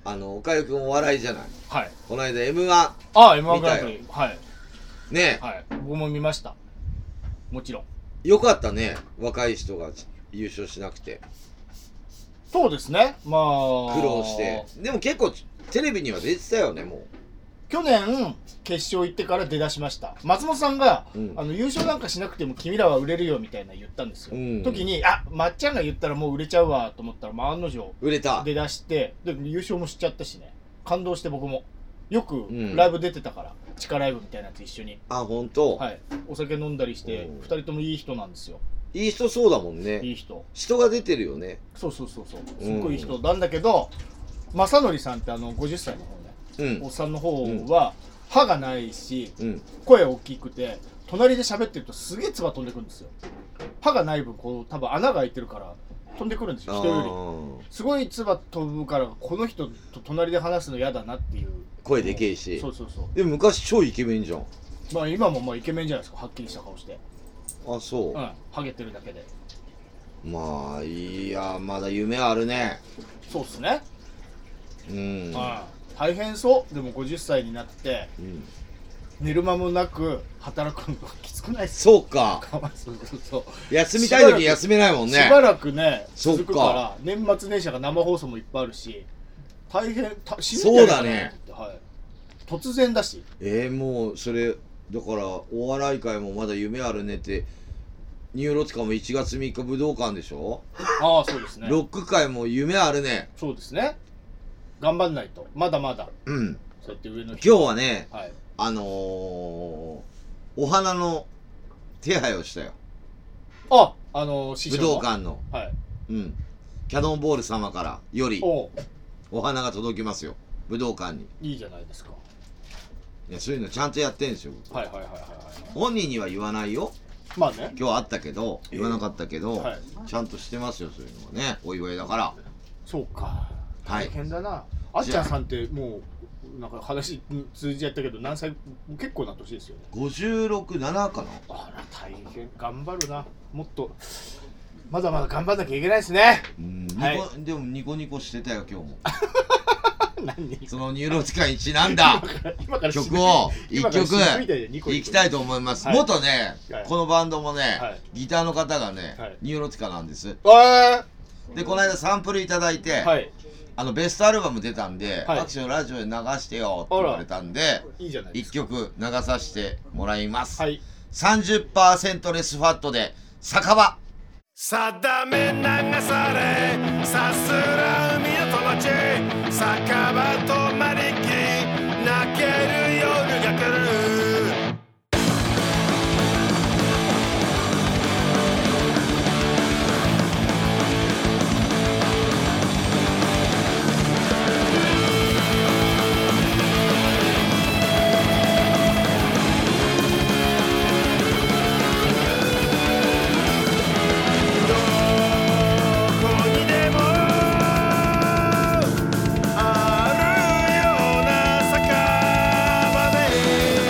あの岡井くんお笑いじゃない。 はい。 この間 エムワンああ エムワン グランプリはいね。 はい。僕も見ました。もちろん。 よかったね。若い人が優勝しなくて。 そうですね。まあ苦労して。でも結構テレビには出てたよねもう。 去年決勝行ってから出だしました。松本さんが、うん、あの優勝なんかしなくても君らは売れるよみたいな言ったんですよ、うん、時にあまっちゃんが言ったらもう売れちゃうわと思ったら、まあ、案の定売れた出だしてで優勝もしちゃったしね。感動して僕もよくライブ出てたから、うん、地下ライブみたいなやつ一緒に。 あ本当。 はいお酒飲んだりしてふたりともいい人なんですよ。 いい人そうだもんね。 いい人人が出てるよね。 そうそうそうそうすっごいいい人なんだけど、正則さんってあのごじゅっさいの方ね、うん、おっさんの方は、うん歯がないし、うん、声大きくて隣で喋ってるとすげえ唾飛んでくるんですよ。歯がない分こう多分穴が開いてるから飛んでくるんですよ。人よりすごい唾飛ぶからこの人と隣で話すの嫌だなっていう。 声でけえし。 そうそうそう。 でも昔超イケメンじゃん。 まあ今もまあイケメンじゃないですか。はっきりした顔して。 あそう。 うんハゲてるだけで。 まあいやまだ夢あるね。 そうっすね。 うん。うん大変そう。でもごじゅっさいになって、うん、寝る間もなく働くのがきつくないっすか。 そうかそうそうそう休みたい時休めないもんね。 しばらくね続くから年末年始が生放送もいっぱいあるし大変た死ぬんじゃないかなと思って。そうだね、はい、突然だしえー、もうそれだからお笑い界もまだ夢あるねってニューロティカもいちがつみっか武道館でしょ。 ああそうですね。 ロック界も夢あるね。 そうですね頑張んないとまだまだ。 うんそうやって上の人今日はね、 はい、 あのー、お花の手配をしたよ。 ああのー、師匠武道館のはいうんキャノンボール様からより お, お花が届きますよ武道館に。 いいじゃないですか。 いやそういうのちゃんとやってんですよ。 はいはいはいはい、はい、 本人には言わないよ。 まあね今日あったけど言わなかったけど、えーはい、ちゃんとしてますよそういうのはね。お祝いだから。そうか大変だな、はい、あっちゃんさんってもうなんか話通じちゃったけど何歳結構な年ですよね。 ごじゅうろく、ななかな。 あら大変頑張るな。もっとまだまだ頑張んなきゃいけないですね。 うん、はい、でもニコニコしてたよ今日も何そのニューロティカにちなんだ曲をいっきょくいきたいと思います、はい、元ね、はい、このバンドもね、はい、ギターの方がね、はい、ニューロティカなんです。でこの間サンプルいただいて、はい、あのベストアルバム出たんで、はい、アクションラジオで流してよって言われたんでいいじゃないいっきょく流させてもらいます、 はい、 さんじゅっパーセント レスファットで酒場。 定め流されさすら海の友達酒場とまりき泣ける夜が来る。あるような酒場で 、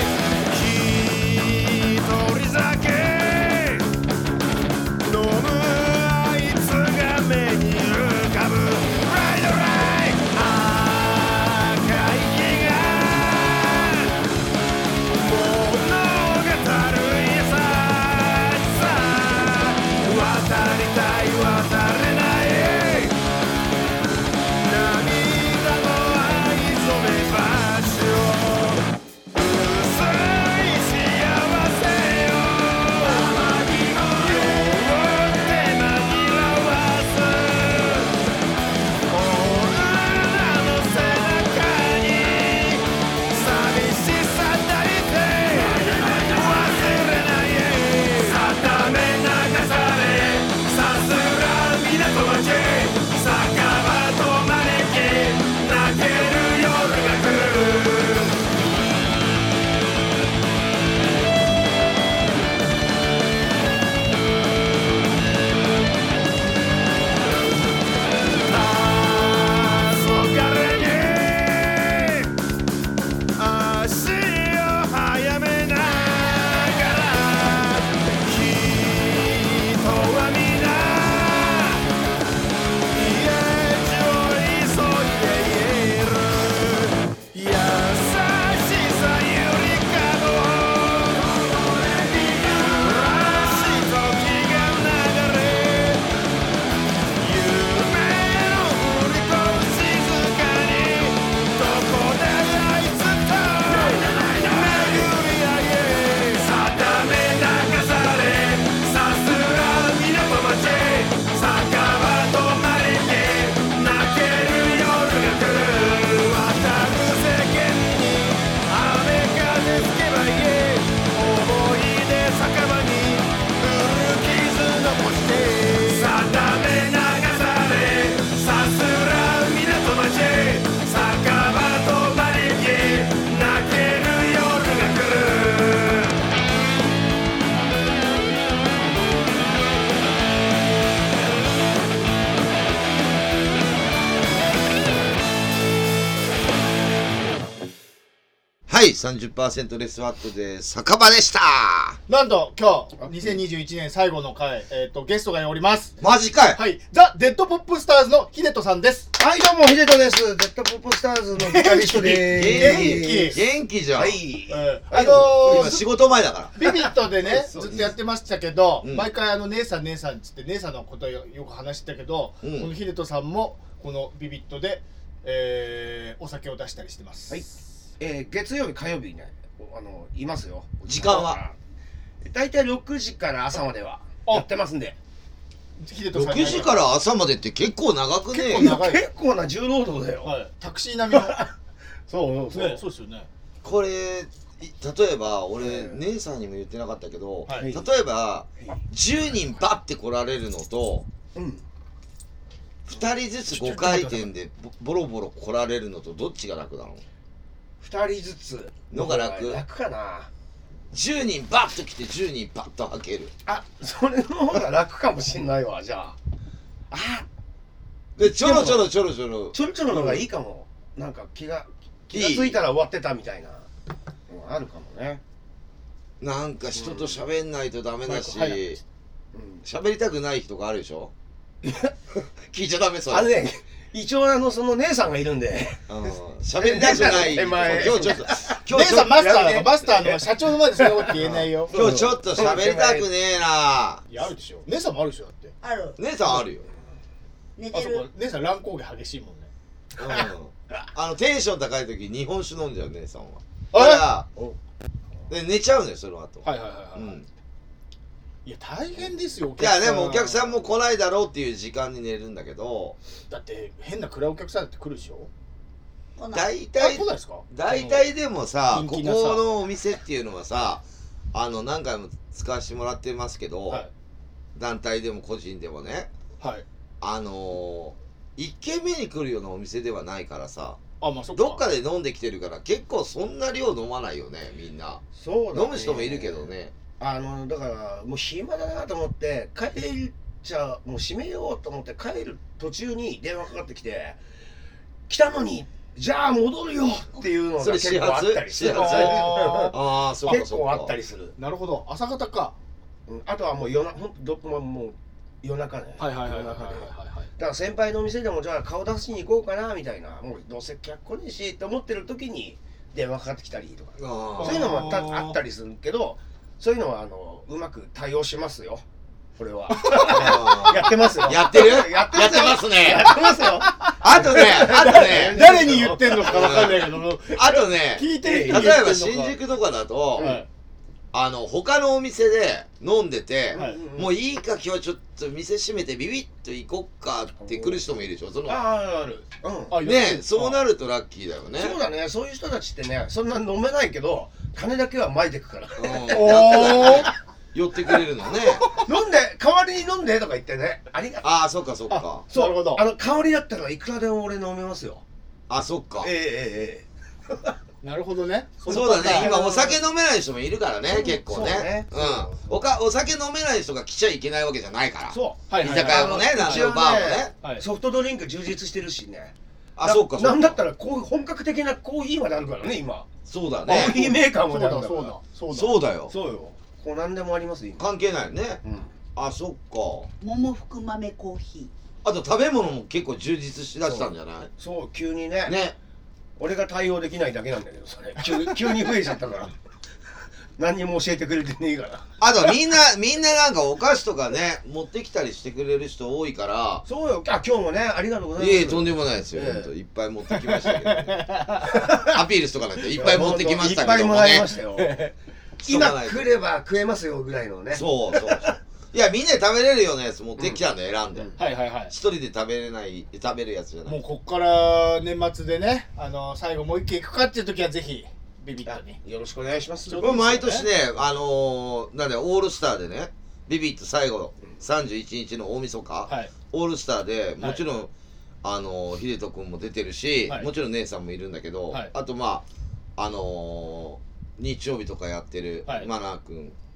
さんじゅっパーセント レスワットで酒場でした。 なんと今日にせんにじゅういちねん最後の回、えー、とゲストがおります。 マジかい。 はい、ザ・デッドポップスターズのヒデトさんです。 はい、どうもヒデトです。デッドポップスターズのギタリストでーす。元気元気じゃん。はい、 えー、あのー、 今仕事前だからビビットでねずっとやってましたけど、 うん、 毎回あの姉さん姉さんっつって姉さんのことをよく話してたけど、うん、このヒデトさんもこのビビットで、えー、お酒を出したりしてます。はい、 えー、月曜日火曜日ね、あのいますよ。 時間はだいたいろくじから朝まではやってますんで。 ろくじから朝までって結構長くね。 結構長い。結構な重労働だよ。 はい、タクシー並みのそうそう、 ね、そうですよね。 これ例えば俺、うん、姉さんにも言ってなかったけど、はい、例えばじゅうにんバッて来られるのと、うん、ふたりずつごかいてんでボロボロ来られるのとどっちが楽なの？ ふたりずつのが楽？ 楽かな。 じゅうにんバッと来てじゅうにんバッと開ける。 あ、それの方が楽かもしんないわ。じゃああでちょろちょろちょろちょろちょろちょろの方がいいかも。なんか気が気がついたら終わってたみたいなのあるかもね。 なんか人と喋んないとダメだし、喋、うん、りたくない人があるでしょ聞いちゃダメそれ。 あれね、一応あのその姉さんがいるんで喋りたくない今日ちょっと今日姉さんマスターのマスターの社長の前でそんなこと言えないよ。 今日ちょっと喋りたくねえな。 いやあるでしょ。姉さんもあるでしょ。だってある。 姉さんあるよ。 寝てる。 姉さん乱高下激しいもんね。 うん、あのテンション高い時日本酒飲んじゃう姉さんは。だからで寝ちゃうのよその後。 はいはいはいはい、うん、いや大変ですよ。 いやでもお客さんも来ないだろうっていう時間に寝るんだけど、 だって変な暗いお客さんだって来るでしょ。 大体来ないですか。 大体でもさ、ここのお店っていうのはさ、あの何回も使わせてもらってますけど、はい、団体でも個人でもね、はい、あのー、いっけんめに来るようなお店ではないからさ。あ、まあ、そっか。どっかで飲んできてるから結構そんな量飲まないよねみんな。そうだね、飲む人もいるけどね。 あのだからもう暇だなと思って帰っちゃもう閉めようと思って帰る途中に電話かかってきて来たのにじゃあ戻るよっていうのが結構あったりする。 ああそうか結構あったりする。 なるほど。朝方か、 うん、あとはもう夜なほんとどこももう夜中ね。 はいはいはいはいはいはい。 だから先輩のお店でもじゃあ顔出しに行こうかなみたいな、もうどうせ客来ねえしって思ってる時に電話かかってきたりとか、そういうのもあったりするけど、そういうのはあのうまく対応しますよ。これはやってますよ。 やってる？やってますね。 やってますよ。 あとね、あとね、 誰に言ってんのかわかんないけども、 あとね、 聞いてる人に言ってんのか。例えば新宿とかだと、あの他のお店で飲んでて、もういいか今日はちょっと店閉めてビビッと行こっかって来る人もいるでしょ。そのああある。 うん。ね、そうなるとラッキーだよね。 そうだね。そういう人たちってね、そんな飲めないけど金だけは撒いてくから。 おお。寄ってくれるのね。 飲んで代わりに飲んでとか言ってね。ありがとう。 ああそっかそっか。 そう。なるほど。あの香りだったらいくらでも俺飲めますよ。 あそっか。 ええええ。なるほどね。 そうだね。今お酒飲めない人もいるからね、結構ね。うん。おかお酒飲めない人が来ちゃいけないわけじゃないから。そう。居酒屋もね、なんかバーもね。 ソフトドリンク充実してるしね。 あ、そうかそうか。 なんだったらこう本格的なコーヒーまであるからね今。 そうだね。 コーヒーメーカーもあるから。 そうだそうだそうだよ。 そうよ。こう何でもあります今。 関係ないよね。あ、そっか。 桃福豆コーヒー。あと食べ物も結構充実しだしたんじゃない？ そう急にね。 ね。 俺が対応できないだけなんだけどそれ急, 急に増えちゃったから何にも教えてくれてねえから。 あとみんなみんななんかお菓子とかね持ってきたりしてくれる人多いから。 そうよ。あ今日もねありがとうございます。 いえとんでもないですよ、えー、ほんといっぱい持ってきましたけど、ね、アピールしとかないといっぱい持ってきましたけどもね。いっぱいもらいましたよ今来れば食えますよぐらいのね。 そうそうそういやみんなで食べれるようなやつ持ってきたんで選んで、うん、 はいはいはい一人で食べれない食べるやつじゃない。 もうこっから年末でねあの最後もう一軒行くかっていう時はぜひビビットによろしくお願いします。 これ毎年ねあのー、なんでオールスターでねビビット最後さんじゅういちにちの大晦日、はい、オールスターでもちろん、はい、あのー、秀人君も出てるし、はい、もちろん姉さんもいるんだけど、はい、あとまああのー、日曜日とかやってる、はい、マナー君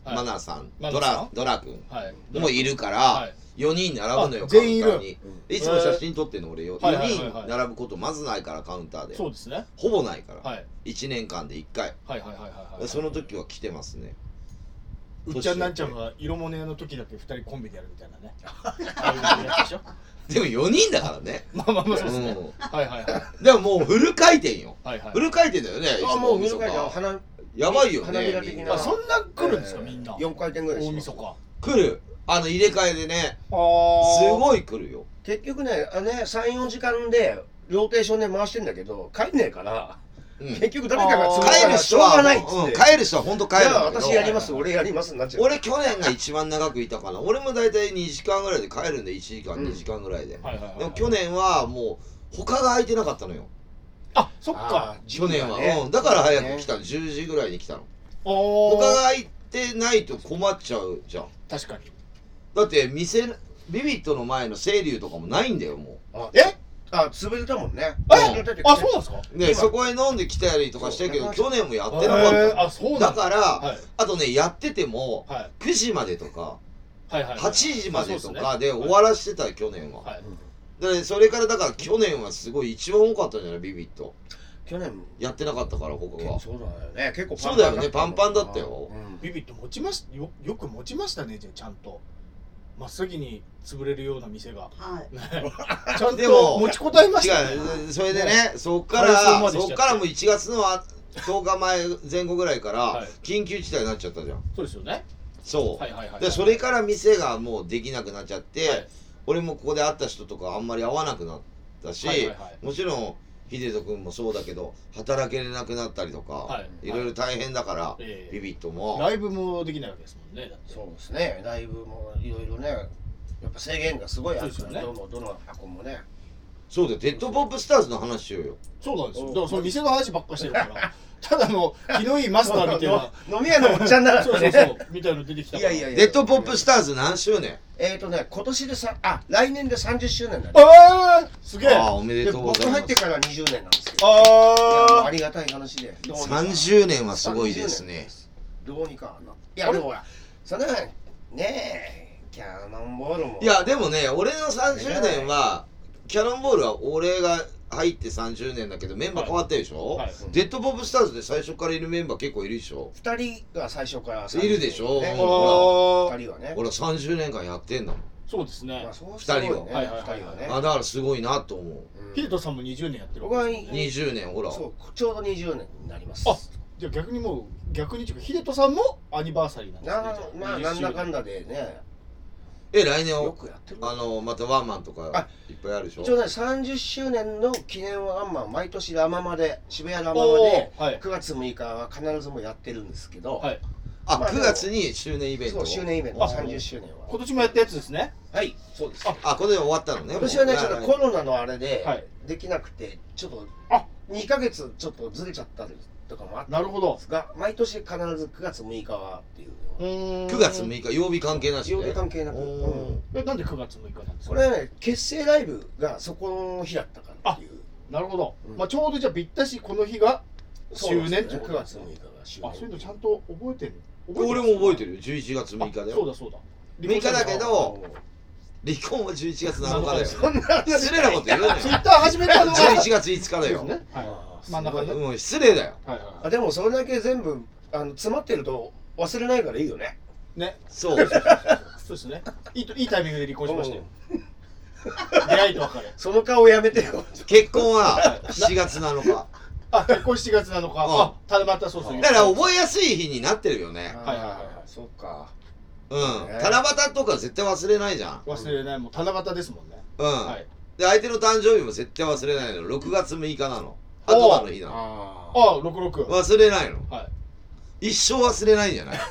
マナさん、 マナさんドラドラ君はいもいるから、 はい、 よにん並ぶのよ。 あ全員いるカウンターにいつも写真撮ってんの俺よ。 はいよにはいはいはいん並ぶことまずないから、カウンターでそうですね、 ほぼないから、 はい、 いちねんかんでいっかい、 はいはいはいはいはい、 その時は来てますね。 うっちゃんなんちゃんが色物屋の時だけふたりコンビでやるみたいなねああいうやつでしょでもよにんだからね。 まあまあまあそうですね、 うんはいはいはいでももうフル回転よ。 はいはいフル回転だよね。 あもう見いつもるか花やばいよ花びらね。 的なみんなあそんな来るんですか、みんなよんかいてんぐらい大します晦日来る。あの入れ替えでね、 あーすごい来るよ。 結局ねあねさんよじかんでローテーションで回してんだけど帰んねえからうん結局誰かがあー潰さ帰るなしょうが人はないっつって、 うん帰る人は本当帰じゃあるんだけど、 私やります俺やりますになっちゃう。 俺去年が一番長くいたかな。俺も大体にじかんぐらいで帰るんで、いちじかん、 うんにじかんぐらいで。 はいはいはいでも去年はもう他が空いてなかったのよ。 あそっあかー去年は、 時期がねうん、だから早く来たの。じゅうじぐらいに来たの。 お他が空いてないと困っちゃうじゃん。 確かにだって店ビビットの前の清流とかもないんだよもあえあ潰れたもんね。 えうんあそうなんですかう。で今そこへ飲んで来たりとかしてるけど、 そう去年もやってなえかったーあそうなんだのだから、 はいあとねやっててもはいくじまでとかはいはいはちじまでとそうかすねで終わらしてたよ去年は。 はいでそれからだから去年はすごい一番多かったんじゃないビビット。 去年やってなかったから他が。 そうだよね結構そうだよねパンパンだったようんビビット持ちましよよく持ちましたねじゃあちゃんと真っ先に潰れるような店がはい。 ちゃんでもと持ちこたえましたね違うそれでねそっか改装まらでしちゃってそっからもういちがつのあとおかまえ前後ぐらいからはい緊急事態になっちゃったじゃん。 そうですよねそう、 はいはいはいでそれから店がもうできなくなっちゃって、 はい俺もここで会った人とかあんまり会わなくなったし、 はいはいはいもちろん秀人君もそうだけど働けれなくなったりとか、 はいいろいろ大変だから、 ええビビットもライブもできないわけですもんねだってそうですねライブもいろいろねやっぱ制限がすごいあるから、 そうですよねどのどの箱もねそうだよデッドポップスターズの話しようよ。 そうなんですよだからその店の話ばっかしてるからただの気のいいマスターみたいな飲み屋のおっちゃんだからねそうそうそうみたいなの出てきたからいやいやいやデッドポップスターズ何周年？ えーとね今年でさあ来年でさんじゅっしゅうねんだねあーすげえああおめででとうございます僕入って。からにじゅうねんなんですけどいやもうあありがたい話でどうにかさんじゅうねんはすごいですね。 どうにかないやでもほらそれはねえキャノンボールもいやでもね俺のさんじゅうねんはキャノンボールは俺が入ってさんじゅうねんだけどメンバー変わったでしょ、 はいデッドポップスターズで最初からいるメンバー結構いるでしょ。 ふたりが最初からいるでしょねあふたりはね俺さんじゅうねんかんやってんだもん。 そうですねまあそうふたりはすごいねはいはいはいふたりはねあだからすごいなと思う。 うんヒデトさんもにじゅうねんやってる僕はわけですよねにじゅうねんほら。 そうちょうどにじゅうねんになりますあじゃあ逆にもう逆にっていうかヒデトさんもアニバーサリーなんですねなじゃまあなんだかんだだでねえ来年よはくやってるあのまたワンマンとかあいっぱいあるでしょ。 一応ねさんじゅっしゅうねんの記念ワンマン毎年ラママで渋谷ラママおでーはいくがつむいかは必ずもやってるんですけど、 はいあまあくがつに周年イベント。 そう周年イベントあさんじゅっしゅうねんは今年もやったやつですねはいそうですああこれで終わったのね。 今年はねもうちょっとコロナのあれではいできなくてちょっとあにかげつちょっとずれちゃったりとかもあったなるほどんですが毎年必ずくがつむいかはっていううーんくがつむいか曜日関係なしで。 曜日関係なく、 おーうんえなんでくがつむいかなんですかこれはね結成ライブがそこの日だったからっていうなるほど、 うんまあちょうどじゃあぴったしこの日が周年ってこくとですねがつむいかが周年あそういうのちゃんと覚えてる俺も覚えてるるよじゅういちがつむいかだよ。 そうだそうだむいかだけどうん離婚はじゅういちがつなのかだよ。 そんな失礼なこと言うなよ。 ツイッター始めたのがじゅういちがついつかだよ。 そうですねはいあー真ん中でうん失礼だよ。 はいはいはあでもそれだけ全部あの詰まってると忘れないからいいよねいねそう。 そうですねいいといいタイミングで離婚しましたよ出会いと別れその顔やめてよ結婚はしちがつなのか。 あ結婚しちがつなのかうんあただまたそうそうだから覚えやすい日になってるよね。 はいはいはいはいそっかうん。 ね七夕とか絶対忘れないじゃん。 忘れないもう七夕ですもんねうん。 はいで相手の誕生日も絶対忘れないの。ろくがつむいかなの。あとはの日なの。 あああろくろく忘れないの。 はい一生忘れないんじゃない？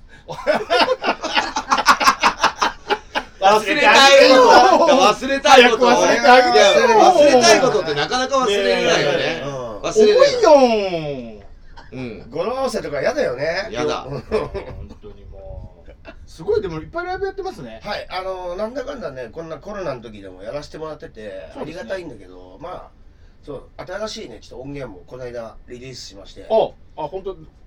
忘れたいこと忘れたいこと早く忘れてあげていやよ忘れたいことってなかなか忘れれないよねね。 うん忘重いれない。 ようん。 語呂合わせとか嫌だよねやだー本当にもうすごいでもいっぱいライブやってますねはいあのなんだかんだねこんなコロナの時でもやらせてもらってて、 そうですねありがたいんだけどまあそう新しいねちょっと音源もこの間リリースしましてああ本当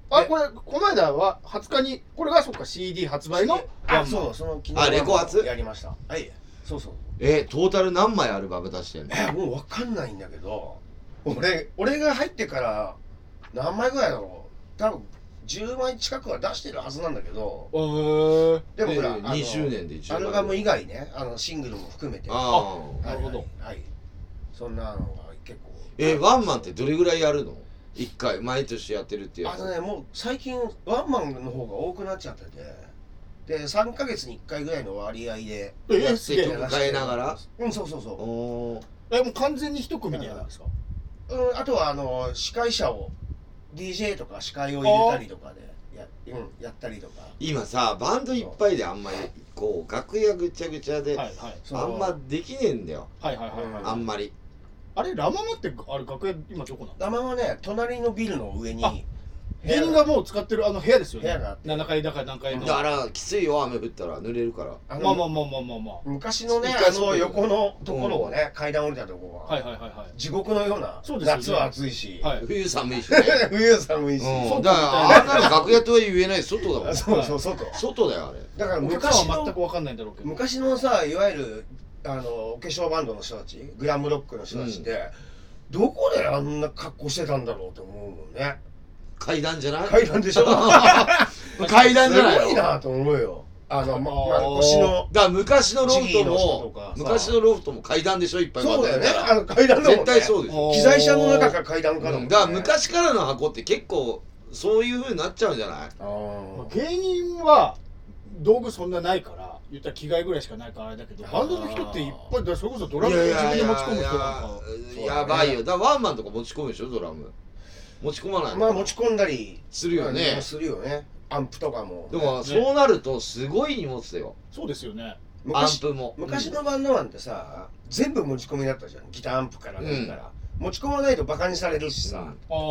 あ、これこの間ははつかにこれがそっか シーディー 発売のワンマン。 そう、その昨あレコ発やりました。はい、そうそう。 えトータル何枚アルバム出してんの？ えもう分かんないんだけど、俺俺が入ってから何枚ぐらいだろう。多分じゅうまい近くは出してるはずなんだけど、 えー、 でもほら、 えー、にじゅうねんでアルバム以外ね、あのシングルも含めて。 ああ、なるほど。 はい、そんなのが結構。 えー、ワンマンってどれぐらいやるの？いっかい毎年やってるってやつ。 あのね、もう最近ワンマンの方が多くなっちゃってて、でさんかげつにいっかいぐらいの割合でえやって曲変えながら。 うん、そうそうそう。 おえもう完全に一組でやるんですか？ うん、あとはあの司会者を ディージェー とか司会を入れたりとかでや、うん、やったりとか。 今さバンドいっぱいであんまりこう楽屋ぐちゃぐちゃで、はいはい、あんまできねえんだよ。 はいはいはい、はい、 あんまり。 あれラママってあれ楽屋今どこなの？ ラママはね隣のビルの上に芸人がもう使ってるあの部屋ですよね。 部屋があってななかいだか何階の。 だからきついよ雨降ったら濡れるから。 まあまあまあまあまあまあ。 昔のねあの横のところをね、うん、階段降りたところは、はいはいはいはい、地獄のような。そうですよね、夏は暑いし、はい、 冬寒いしね。 冬寒いし。 うん、だからあんなの楽屋とは言えない外だもん。 そうそう外。 外だよあれ。 だから昔は全く分かんないんだろうけど。 昔のさいわゆるあのお化粧バンドの人たち、グラムロックの人たちって、うん、どこであんな格好してたんだろうと思うもんね。 階段じゃない？ 階段でしょ。 階段じゃない？ すごいなと思うよ。あの、ま、まあ、腰の。 だから昔のロフトも、昔のロフトも階段でしょいっぱい。 そうだよね。あの階段だもんね。 絶対そうでしょ。 機材車の中から階段から。だから昔からの箱って結構そういう風になっちゃうんじゃない？ 芸人は道具そんなないから。言ったら着替えぐらいしかないからあれだけど、バンドの人っていっぱいだ、それこそドラム自分で持ち込む人なんかやばいよ。だからワンマンとか持ち込むでしょドラム。持ち込まない。 まあ持ち込んだりするよね。 するよね。アンプとかも。 でもそうなるとすごい荷物だよ。 そうですよね。 アンプも。 昔のバンドマンってさ、全部持ち込みだったじゃん。ギターアンプから何から。持ち込まないとバカにされるしさ。ああ。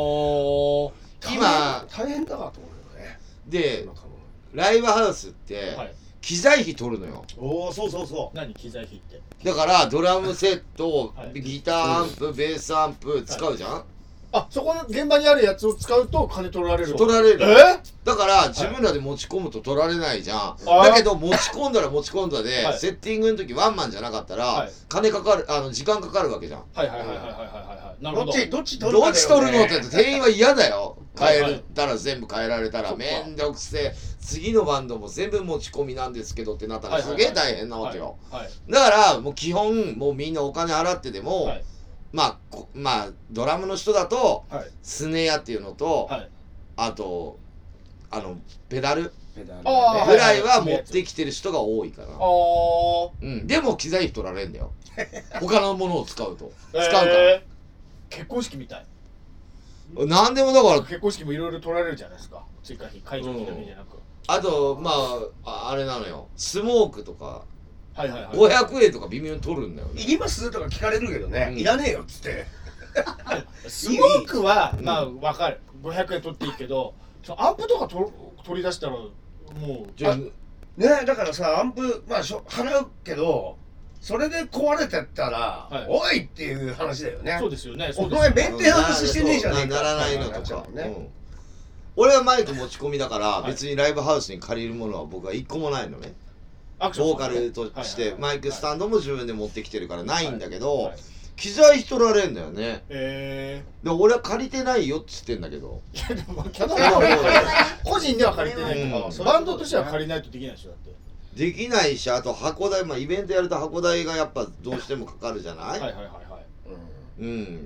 今大変だなと思うよね。 で、ライブハウスって機材費取るのよ。 おお、そうそうそう。 何機材費って？ だからドラムセット、ギターアンプ、ベースアンプ使うじゃん。 あ、そこの現場にあるやつを使うと金取られる。 取られる。 え？ だから自分らで持ち込むと取られないじゃん。だけど持ち込んだら持ち込んだで、セッティングの時ワンマンじゃなかったら金かかる、あの時間かかるわけじゃん。 はいはいはいはいはいはい。なるほど。 どっちどっち取るどっち取るのって店員は嫌だよ。変えたら全部変えられたらめんどくせえ。次のバンドも全部持ち込みなんですけどってなったらすげえ大変なわけよ。だからもう基本もうみんなお金払ってでも、まあまあドラムの人だとスネアっていうのと、あとあのペダルぐらいは持ってきてる人が多いかな。うん、でも機材費取られるんだよ。他のものを使うと使うから。 結婚式みたい。 なんでもだから結婚式もいろいろ取られるじゃないですか。追加費会場費だけじゃなく。 あとまああれなのよ。スモークとか。ごひゃくえんとか微妙に取るんだよね。 いりますとか聞かれるけどね、うん、いらねえよっつってスモークはまあ分かる、ごひゃくえん取っていいけど、そのアンプとかと取り出したらもうじゃね、だからさアンプまあしょ払うけどそれで壊れてったら、はい、おいっていう話だよね。 そうですよね。 お前メンテナンスしてねえじゃねえか。 ならないのとかね、うん、俺はマイク持ち込みだから別にライブハウスに借りるものは僕はいっこもないのね。ボーカルとしてマイクスタンドも自分で持ってきてるからないんだけど、機材費取られんだよね。へえ。で俺は借りてないよっつってんだけど。いやでもキャノン個人では借りてないけど、バンドとしては借りないとできないでしょだって。 できないし、あと箱代、まあイベントやると箱代がやっぱどうしてもかかるじゃない。はいはいはいはい。うん。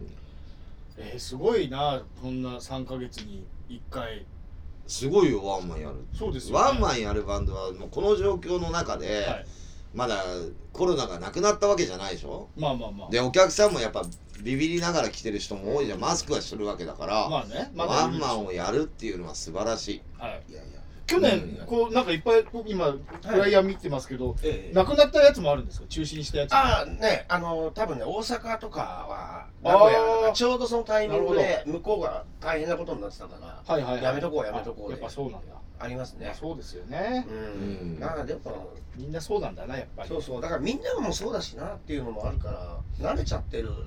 えー、すごいな、こんなさんかげつにいっかい。 すごいよワンマンやる。 そうですよね。 ワンマンやるバンドはもうこの状況の中で、はい、まだコロナがなくなったわけじゃないでしょ。まあまあまあ。でお客さんもやっぱビビりながら来てる人も多いじゃん。マスクはしてるわけだから。まあね。まワンマンをやるっていうのは素晴らしい。はい。いやいや。 去年、うん、こうなんかいっぱい今フライヤー見てますけど、はいええ、なくなったやつもあるんですか？中止にしたやつ。 ああね、あの多分ね大阪とかは名古屋とかちょうどそのタイミングで向こうが大変なことになってたから、はいはいはい、やめとこうやめとこうで。 やっぱそうなんだ。 ありますね。 そうですよね。 うん。ああでもみんなそうなんだなやっぱり。 そうそう。だからみんなもそうだしなっていうのもあるから慣れちゃってる。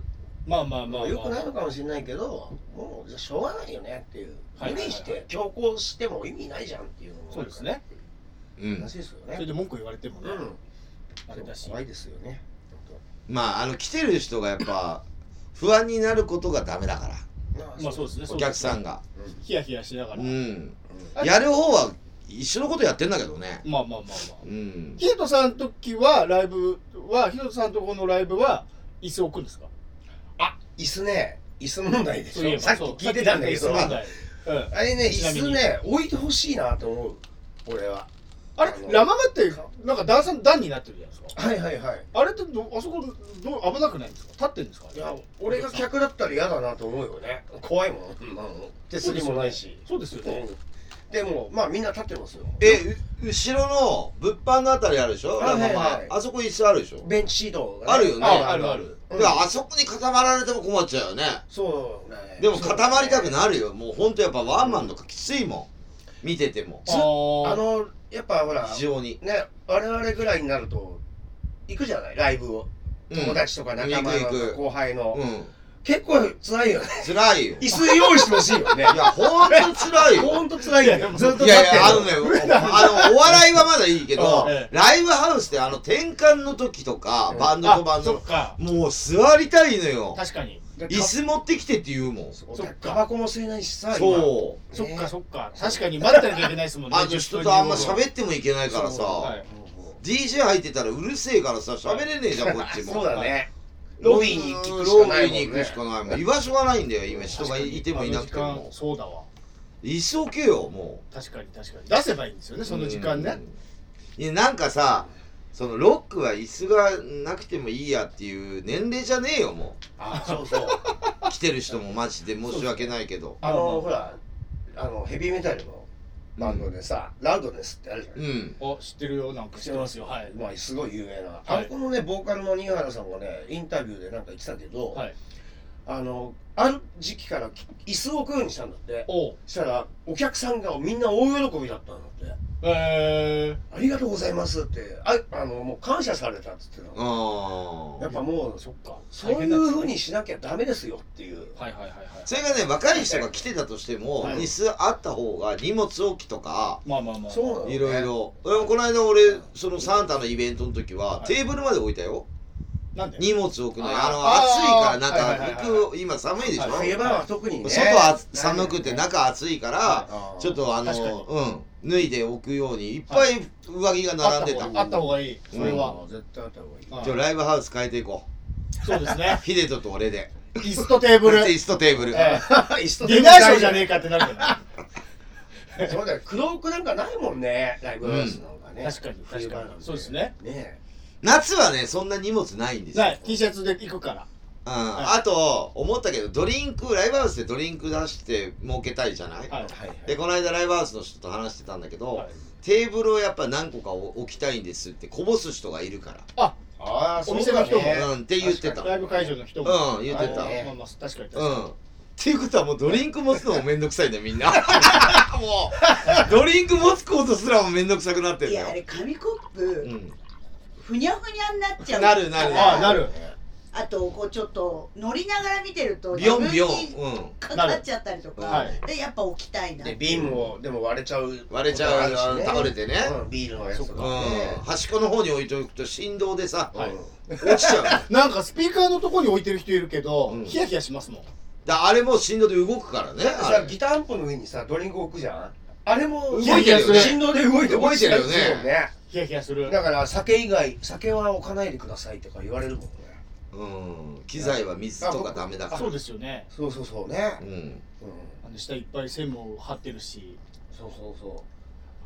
まあまあまあ、まあ、 よくないのかもしれないけど、もうじゃあしょうがないよねっていう、無理して強行しても意味ないじゃんっていうのもそうですね。 うん話ですよね。 それで文句言われてもね、 うん、 あれだし。 怖いですよね。 まああの来てる人がやっぱ不安になることがダメだから、 まあそうですね。 お客さんがヒヤヒヤしながら。 うん、やる方は一緒のことやってんだけどね。 まあまあまあまあ。 うん。 ヒデトさんの時はライブはヒデトさんのところのライブは椅子置くんですか？ あ、椅子ね、椅子問題でしょ。さっきそう聞いてたんだけど、 さっきの椅子問題、うん、 あれね、椅子ね置いてほしいなと思う。俺は。 あれラママってなんか段差段になってるじゃないですか。 はいはいはい。 あれってどあそこどう危なくないんですか？立ってるんですか？ いや、俺が客だったら嫌だなと思うよね。怖いもん。手すりもないし。 そうですよね。 でもまあみんな立ってますよ。 え、後ろの物販のあたりあるでしょ。 はいはいはい、 あそこ椅子あるでしょ。 ベンチシートが、ね、あるよね。 あるある。 だからあそこに固まられても困っちゃうよね。 そうね。 でも固まりたくなるよ。もう本当やっぱワンマンとかきついもん。見てても。 あのやっぱほら非常にね、我々ぐらいになると行くじゃないライブを。友達とか仲間の後輩の。結構辛いよね。 辛いよ。 椅子用意してほしいよね。 いや、ほんと辛いよ。 ほんと辛いよ。ずっといやいや、あのね、あの、お笑いはまだいいけど、ライブハウスってあの、転換の時とか、バンドとバンド、もう座りたいのよ。 確かに。 椅子持ってきてって言うもん。 そっか。タバコも吸えないしさ。 そう。 そっかそっか。確かに待ってなきゃいけないですもんね。 あと人とあんま喋ってもいけないからさ。ディージェー 入ってたらうるせえからさ、喋れねえじゃん、こっちも。 そうだね。ロビーに行くしかないもんね。ロビーに行くしかないもん。居場所がないんだよ、今人がいてもいなくても。 そうだわ。 椅子置けよ、もう。確かに確かに。出せばいいんですよね、その時間ね。 いや、なんかさ、そのロックは椅子がなくてもいいやっていう年齢じゃねえよ、もう。 あ、そうそう。 来てる人もマジで申し訳ないけど。 あの、ほら、あの、ヘビーメタルのバンドでさ、ラウドネスってあるじゃない。 うん。あ、知ってるよ、なんか知ってますよ。はい。 まあ、すごい有名な。あこのね、ボーカルの新原さんがね、インタビューでなんか言ってたけど、あの、ある時期から椅子を置くようにしたんだって。そしたら、お客さんがみんな大喜びだったんだって。へー。ありがとうございますって、あ、あの、もう感謝されたっつってたの。やっぱもう、そっか。そういう風にしなきゃダメですよっていう。 はいはいはいはい。 それがね、若い人が来てたとしても、椅子あった方が荷物置きとか、 まあまあまあ。 そうなの。 いろいろ。俺もこの間俺、そのサンタのイベントの時は、テーブルまで置いたよ。 なんで荷物置くのよ。あの、暑いから中、服、今寒いでしょ。 冬場は特にね。 外は寒くて中暑いから、ちょっとあの、うん。脱いでおくようにいっぱい上着が並んでた。 あった方がいい。それは絶対あった方がいい。 じゃあライブハウス変えていこう。そうですね。 ヒデトと俺で。 椅子とテーブル。 椅子とテーブル。 ディナーショーじゃねえかってなるけど。 そうだよ。黒くなんかないもんね。ライブハウスの方がね。 確かに確かに。そうですね。 ね。 夏はねそんな荷物ないんですよ。 ない。T シャツで行くから。 うん、あと思ったけどドリンクライブハウスでドリンク出して儲けたいじゃない、はい、でこの間ライブハウスの人と話してたんだけど、はい、テーブルをやっぱ何個か置きたいんですってこぼす人がいるから。 ああお店の人も、 うん、って言ってた。 ライブ会場の人もうん言ってた。 まあまあ確かに確かに、 うんっていうことはもうドリンク持つのもめんどくさいんだよみんな。もうドリンク持つことすらもめんどくさくなってるんだよ。 いやあれ紙コップ、うん、ふにゃふにゃになっちゃう。 なるなるあなる。 あとこうちょっと乗りながら見てるとビヨンビヨンかかっちゃったりとかでやっぱ置きたいな。 で瓶もでも割れちゃう割れちゃう倒れてね。 ビールのやつとか端っこの方に置いておくと振動でさ落ちちゃう。なんかスピーカーのとこに置いてる人いるけどヒヤヒヤしますもん。 だあれも振動で動くからね。 さギターアンプの上にさドリンク置くじゃん。あれも動いてるよね。 振動で動いて動いてるよね。 ヒヤヒヤする。 だから酒以外酒は置かないでくださいとか言われるもんね。 うん、機材は水とかダメだから。 そうですよね。 そうそうそうね。 うん。うん。 あの下いっぱい線も張ってるし。 そうそうそう。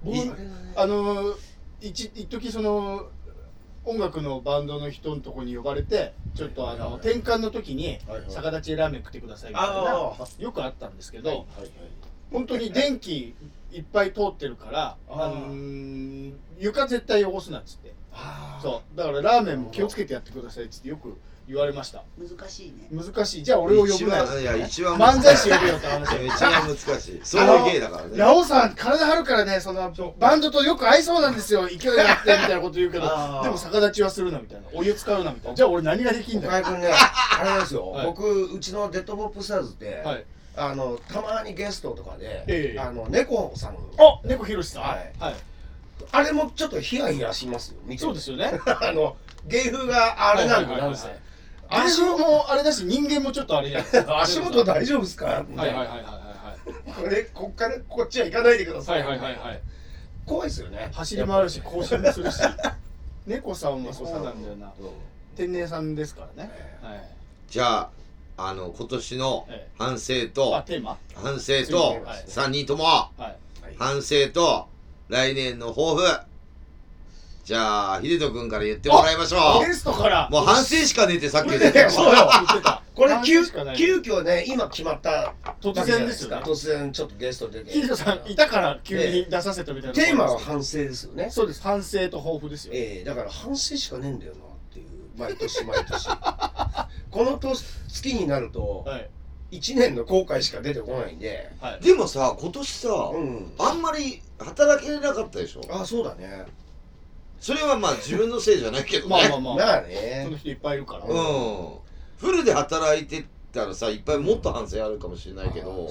僕あの一一時その音楽のバンドの人のとこに呼ばれてちょっとあの転換の時に逆立ちラーメン食ってくださいみたいなよくあったんですけど、本当に電気いっぱい通ってるからあの床絶対汚すなっつって。そうだからラーメンも気をつけてやってくださいっつってよく言われました。 難しいね。 難しい。じゃあ俺を呼ぶなよ。 いや一番漫才師呼ぶよって話だよ。 一番難しい。そういう芸だからね。 ラオさん体張るからね、そのバンドとよく合いそうなんですよ。勢いがあってみたいなこと言うけど、でも逆立ちはするなみたいな。お湯使うなみたいな。じゃあ俺何ができんだよ。 岡井君ね、あれですよ。 はい僕うちのデッドポップスターズで、 はい。 あのたまにゲストとかで、 ええあの猫さん、 あ、猫ひろしさん。 はいはい。 あれもちょっとヒヤヒヤしますよ。見ててそうですよね。 あの芸風があれなんでなんせ。 足もあれだし人間もちょっとあれじゃないですか。 足元大丈夫ですか？みたいな。 はいはいはいはいこれこっからこっちは行かないでくださ。 はいいはいはいはい。 怖いですよね。 走り回るし更新もするし。猫さんはそうなんだよな。天然さんですからね。はい。 じゃああの今年の反省とあ、テーマ？ 反省とさんにんともはい。 反省と来年の抱負。じゃあ秀人君から言ってもらいましょゲストからう。もう反省しかねえってさっき言ってたよ。 そうよ。 言ってた。 これ急反省しかない急遽ね今決まった突然ですよね。 突然ちょっとゲスト出て。 ヒデさんいたから急に出させたみたいな。 テーマは反省ですよね。 そうです。反省と抱負ですよ。 ええだから反省しかねえんだよなっていう毎年毎年。この年月になるとはいいちねんの後悔しか出てこないんで。 はい。 でもさ今年さ、 うん。 あんまり働けなかったでしょ。 あ、そうだね。 それはまあ自分のせいじゃないけどね。 まあまあまあ。 まあそねの。人いっぱいいるから。 うん。フルで働いてたらさいっぱいもっと反省あるかもしれないけど。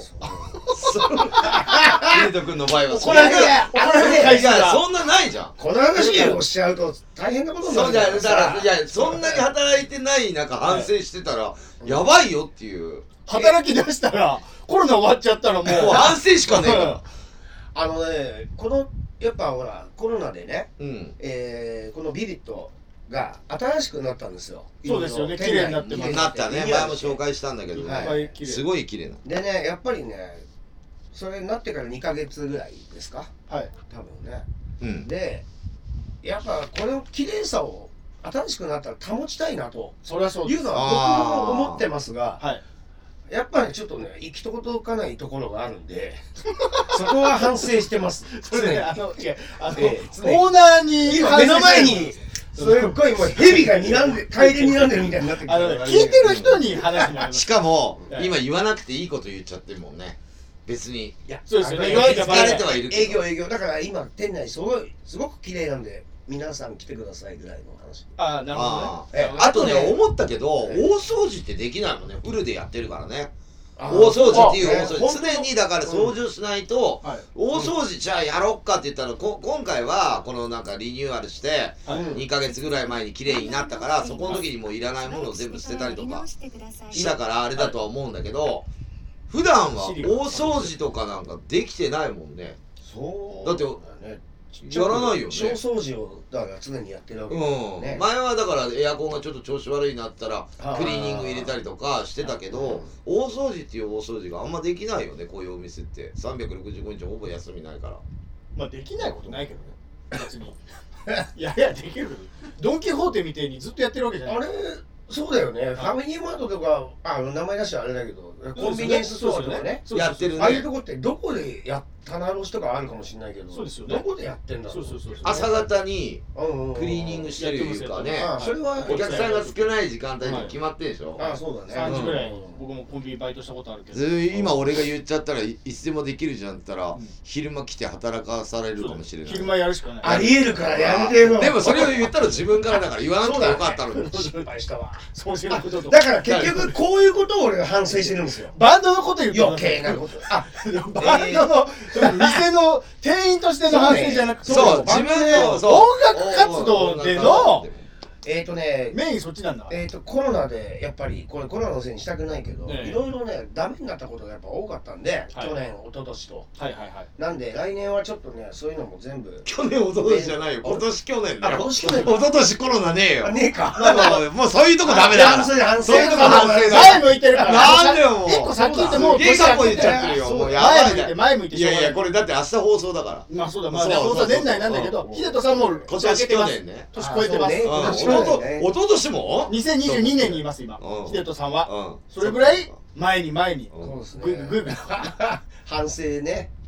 秀人君の場合は怒られる。怒られる会いや社だ。 そんなないじゃん。 この話をしちゃうと大変なことになるそうじゃだからいさやそんなに働いてない中反省してたらやばいよっていう。 働き出したらコロナ終わっちゃったらもうもう反省しかねえから。 あのね、このやっぱほらコロナでね、 うん。 えー、このビリットが新しくなったんですよ。 そうですよね店内綺麗になってますなったね。前も紹介したんだけどはいね。すごい綺麗な。 でね、やっぱりね、それになってからにかげつぐらいですか、 はい。 多分ね。 うん。 で、やっぱこの綺麗さを新しくなったら保ちたいなとそりゃそうです。 いうのは僕も思ってますが、 はい。 やっぱりちょっとね、行き届かないところがあるんで、そこは反省してます。 それね、あの、いや、あの、 ええ常にオーナーに今目の前に、すっごいもう蛇が睨んで、帰り睨んでるみたいになってきてあの、聞いてる人に話になります。 しかもはい今言わなくていいこと言っちゃってるもんね。別に。 いやそうですよねあの言わなきゃ疲れてはいるけど。 営業営業だから今店内すごいすごく綺麗なんで皆さん来てくださいぐらいの話。 ああ、なるほどねあ。 えああとねあとね思ったけどえ大掃除ってできないもんね。フルでやってるからね。 大大掃除っていう大掃あね除常にだから掃除をしないとはい。 大掃除じゃあやろっかって言ったらこ今回はこのなんかリニューアルしてはいうんにかげつぐらい前に綺麗になったからそこの時にもういらないものを全部捨てたりとかしたからあれだとは思うんだけど普段は大掃除とかなんかできてないもんね。 そうだってねやらないよね小掃除をだから常にやってるわけですようん、 ね。 前はだからエアコンがちょっと調子悪いなったらあークリーニング入れたりとかしてたけど大掃除っていう大掃除があんまできないよねこういうお店ってさんびゃくろくじゅうごにちほぼ休みないから。 まあ、できないことないけどね。別に。いやいや、できるけど。ドン・キホーテみたいにずっとやってるわけじゃない。 あれそうだよね。ファミリーマートとかあ名前出してあれだけどコンビニエンスストアとかね。 そうですよねやってるねああいうとこってどこでや棚卸しとかあるかもしれないけどそうですよねどこでやってんだろそうそうそうそう。 朝方にうんうんうんクリーニングしてるいうかねあそれはお客さんが少ない時間帯に決まってるでしょ。 あそうだねさんじぐらいにうん僕もコンビニバイトしたことあるけど。 ず今俺が言っちゃったらいいつでもできるじゃんって言ったら、 ん昼間来て働かされるかもしれない。 昼間やるしかない。 ありえるからやめてよでもそれを言ったら自分からだから言わなくてよかったのに。 失敗したわ掃除のこととか。 だから結局こういうことを俺が反省してるんですよバンドのこと言って余計なことあバンドの、店の店員としての反省じゃなくて、 そうバンド自分でのそう音楽活動でのえーとねメインそっちなんだ。 えーとコロナでやっぱりこれコロナのせいにしたくないけどええいろいろねダメになったことがやっぱ多かったんではい去年一昨年とはいはいはい。 なんで来年はちょっとねそういうのも全部去年一昨年じゃないよ今年去年だよ。 あ今年去年一昨年コロナねえよ。 あねえかもうもうそういうとこダメだから。 反省反省そういうとこ反省だ前向いてるから。 なんでよもう一個先行ってもうすげえ過去言っちゃってるよ。もうやばいね前向いて。前向いていしょうがないやいやこれだって明日放送だから。 まあそうだ、まあね、 そう放送年内なんだけど、 そう秀人さんも今年去年ね。 年越えてます。 うんあそうおとね一昨年も？ にせんにじゅうにねんにいます今うん秀人さんは。 うん。 それぐらい前に前にうんそうですねグイグイグイグイ反省ね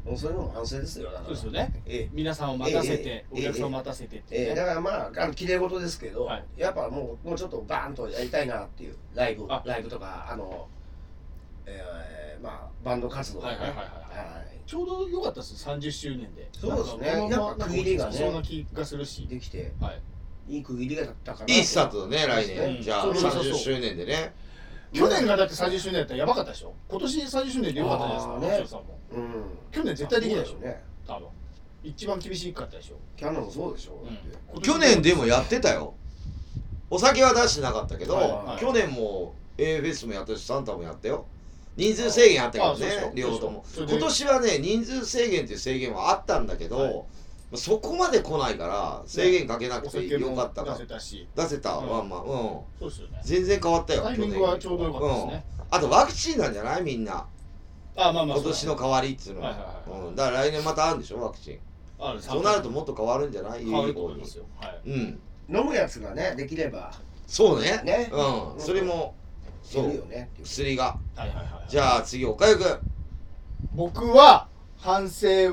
もうそれも反省ですよ。だからそうですよね、 ええ、 皆さんを待たせて、 ええお客さんを待たせてっていうね、 ええ、だからまああの綺麗事ですけど、 はい、 やっぱもうもうちょっとバーンとやりたいなっていうライブあライブとかあの、えー、まあバンド活動とかね、 はいはいはいはい、はい、ちょうど良かったですさんじゅっしゅうねんで。 そうですね、 やっぱ区切りがねそうな気がするしできて、 はい、 いい区切りがだったからいいスタートだね来年、 うん、 じゃあそうそうそうさんじゅっしゅうねんでね。 去年がだってさんじゅっしゅうねんだったらやばかったでしょ。今年さんじゅっしゅうねんでよかったじゃないですか、 ね、 マキションさんも、うん、去年絶対できないでしょね、多分一番厳しかったでしょ。 キャノンもそうでしょ、 うん、去年でもやってたよ。お酒は出してなかったけど、 はいはい、 去年も エーフェスもやったしサンタもやったよ。人数制限あったけどね、両方とも。今年はね人数制限っていう制限はあったんだけど、はい、そこまで来ないから制限かけなくてよかったから、 出せたし出せたワンマン、うん、 そうですよね、 全然変わったよ。 タイミングはちょうどよかったですね、 うん、あとワクチンなんじゃないみんな。 あ、まあまあ、 今年の代わりっていうのは、はいはいはい、うん、だから来年またあるんでしょワクチン。ある、そうなるともっと変わるんじゃない？変わると思いますよ、はい、うん、 飲むやつがねできればそうね、 ね、 うん、それもそうよね、薬が。 はいはいはい、 じゃあ次おかゆくん。 僕は反省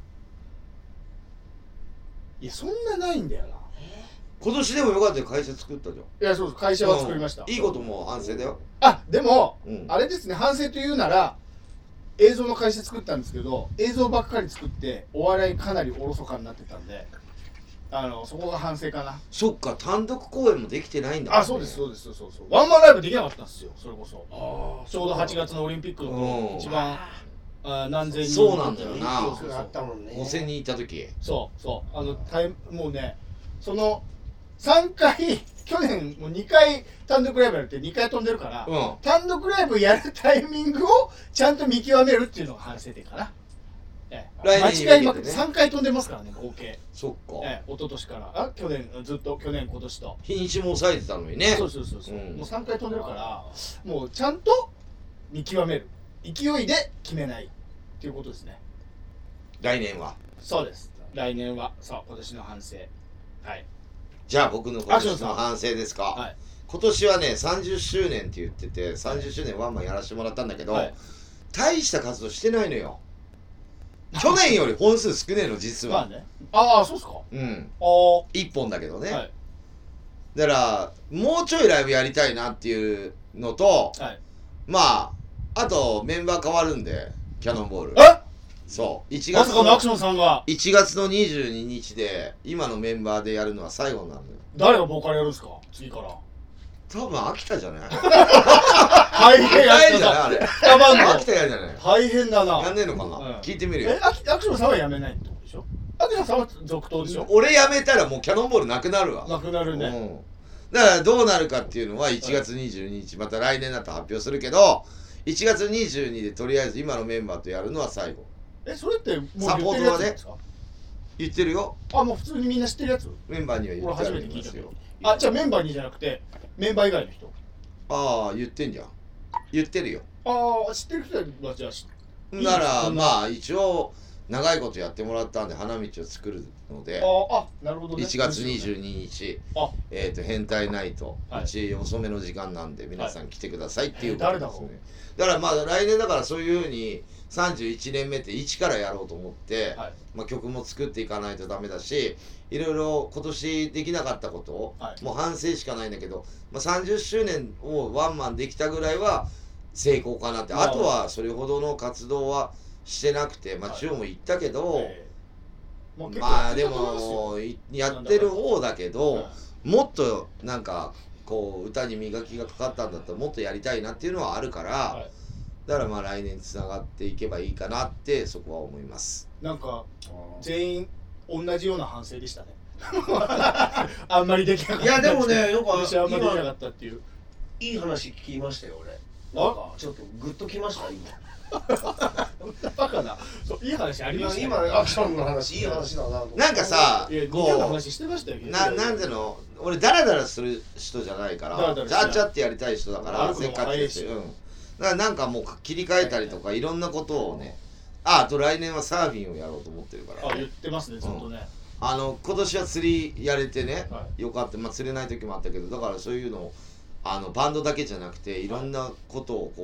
はいやそんなないんだよな。 今年でもよかったよ、会社作ったじゃん。いやそうです、会社は作りました、 うん、いいことも反省だよ。 あ、でも、うん、あれですね、反省というなら映像の会社作ったんですけど、映像ばっかり作ってお笑いかなりおろそかになってたんで、あのそこが反省かな。 そっか、単独公演もできてないんだもんね。 あ、そうですそうです、そうそうそう、ワンマンライブできなかったんですよ、それこそ。あ、ちょうどはちがつのオリンピックの一番あ何千人、 そうなんだよな、 あったもんね、 ごせんにんいた時。 そうそう、あのタイもうね、そのさんかい去年もうにかい単独ライブやってにかい飛んでるから、うん、単独ライブやるタイミングをちゃんと見極めるっていうのが反省点かな。ええ、間違いまくってさんかい飛んでますからね、合計。 そっか、 ええ、一昨年からあ去年ずっと去年今年と日にちも抑えてたのにね。 そうそうそうそう、うん、もうさんかい飛んでるからもうちゃんと見極める、勢いで決めないっていうことですね。 来年はそうです、来年はそう今年の反省。はい、 じゃあ僕の今年の反省ですか、はい、今年はねさんじゅっしゅうねんって言っててさんじゅっしゅうねんワンマンやらせてもらったんだけど、はい、大した活動してないのよ。去年より本数少ねえの実は。 まあね、ああそうっすか。 うん、あいっぽんだけどね、はい、だからもうちょいライブやりたいなっていうのと、はい、まああとメンバー変わるんでキャノンボール。 えそういちがつのまさかのアクションさんがいちがつのにじゅうににちで今のメンバーでやるのは最後なのよ。 誰がボーカルやるんですか次から。 多分秋田じゃない大変やじゃないあれ秋田やるじゃない大変だな。 やんねえのかな、うん、聞いてみるよ。 えアクションさんはやめないってことでしょ。アクションさんは続投でしょ。 俺やめたらもうキャノンボールなくなるわ。 なくなるね、 うん、だからどうなるかっていうのはいちがつにじゅうににちまた来年だと発表するけどいちがつにじゅうにでとりあえず今のメンバーとやるのは最後。 え、それってもうサポートはね言ってるよ。 あ、もう普通にみんな知ってるやつ。 メンバーには言ってありますよ。あ、じゃあメンバーにじゃなくてメンバー以外の人。 ああ言ってんじゃん。言ってるよ。 ああ知ってる人はじゃあ知ってならまあ一応長いことやってもらったんで花道を作るので、 ああなるほど、ね、 いちがつにじゅうににちえっと変態ナイト、はい、うち遅めの時間なんで皆さん来てくださいっていうことですね、だからまあ来年だからそういうふうにさんじゅういちねんめって一からやろうと思って、はい、まあ曲も作っていかないとダメだし、いろいろ今年できなかったことを、はい、もう反省しかないんだけど、まあ、さんじゅっしゅうねんをワンマンできたぐらいは成功かなって、あとはそれほどの活動はしてなくて、まあ地方も行ったけど、はい、まあでもやってる方だけど、もっとなんかこう歌に磨きがかかったんだったらもっとやりたいなっていうのはあるから、はい、だからまあ来年つながっていけばいいかなってそこは思います。 なんか全員同じような反省でしたねあんまりできなかった。 いやでもね、なんか私あんまりできなかったっていういい話聞きましたよ俺。なんかちょっとグッときました今バカな、そういい話ありました今アクションの話いい話だなと思って。 なんかさ、 こう話してましたよ。 ななんていうの、俺ダラダラする人じゃないから、チャーチャってやりたい人だからせっかくですよ。うん。だからなんかもう切り替えたりとかいろんなことをね、ああと来年はサーフィンをやろうと思ってるから。 あ、言ってますねずっとね。 あの今年は釣りやれてね、よかった。まあ釣れない時もあったけど、だからそういうのをあのバンドだけじゃなくていろんなことをこう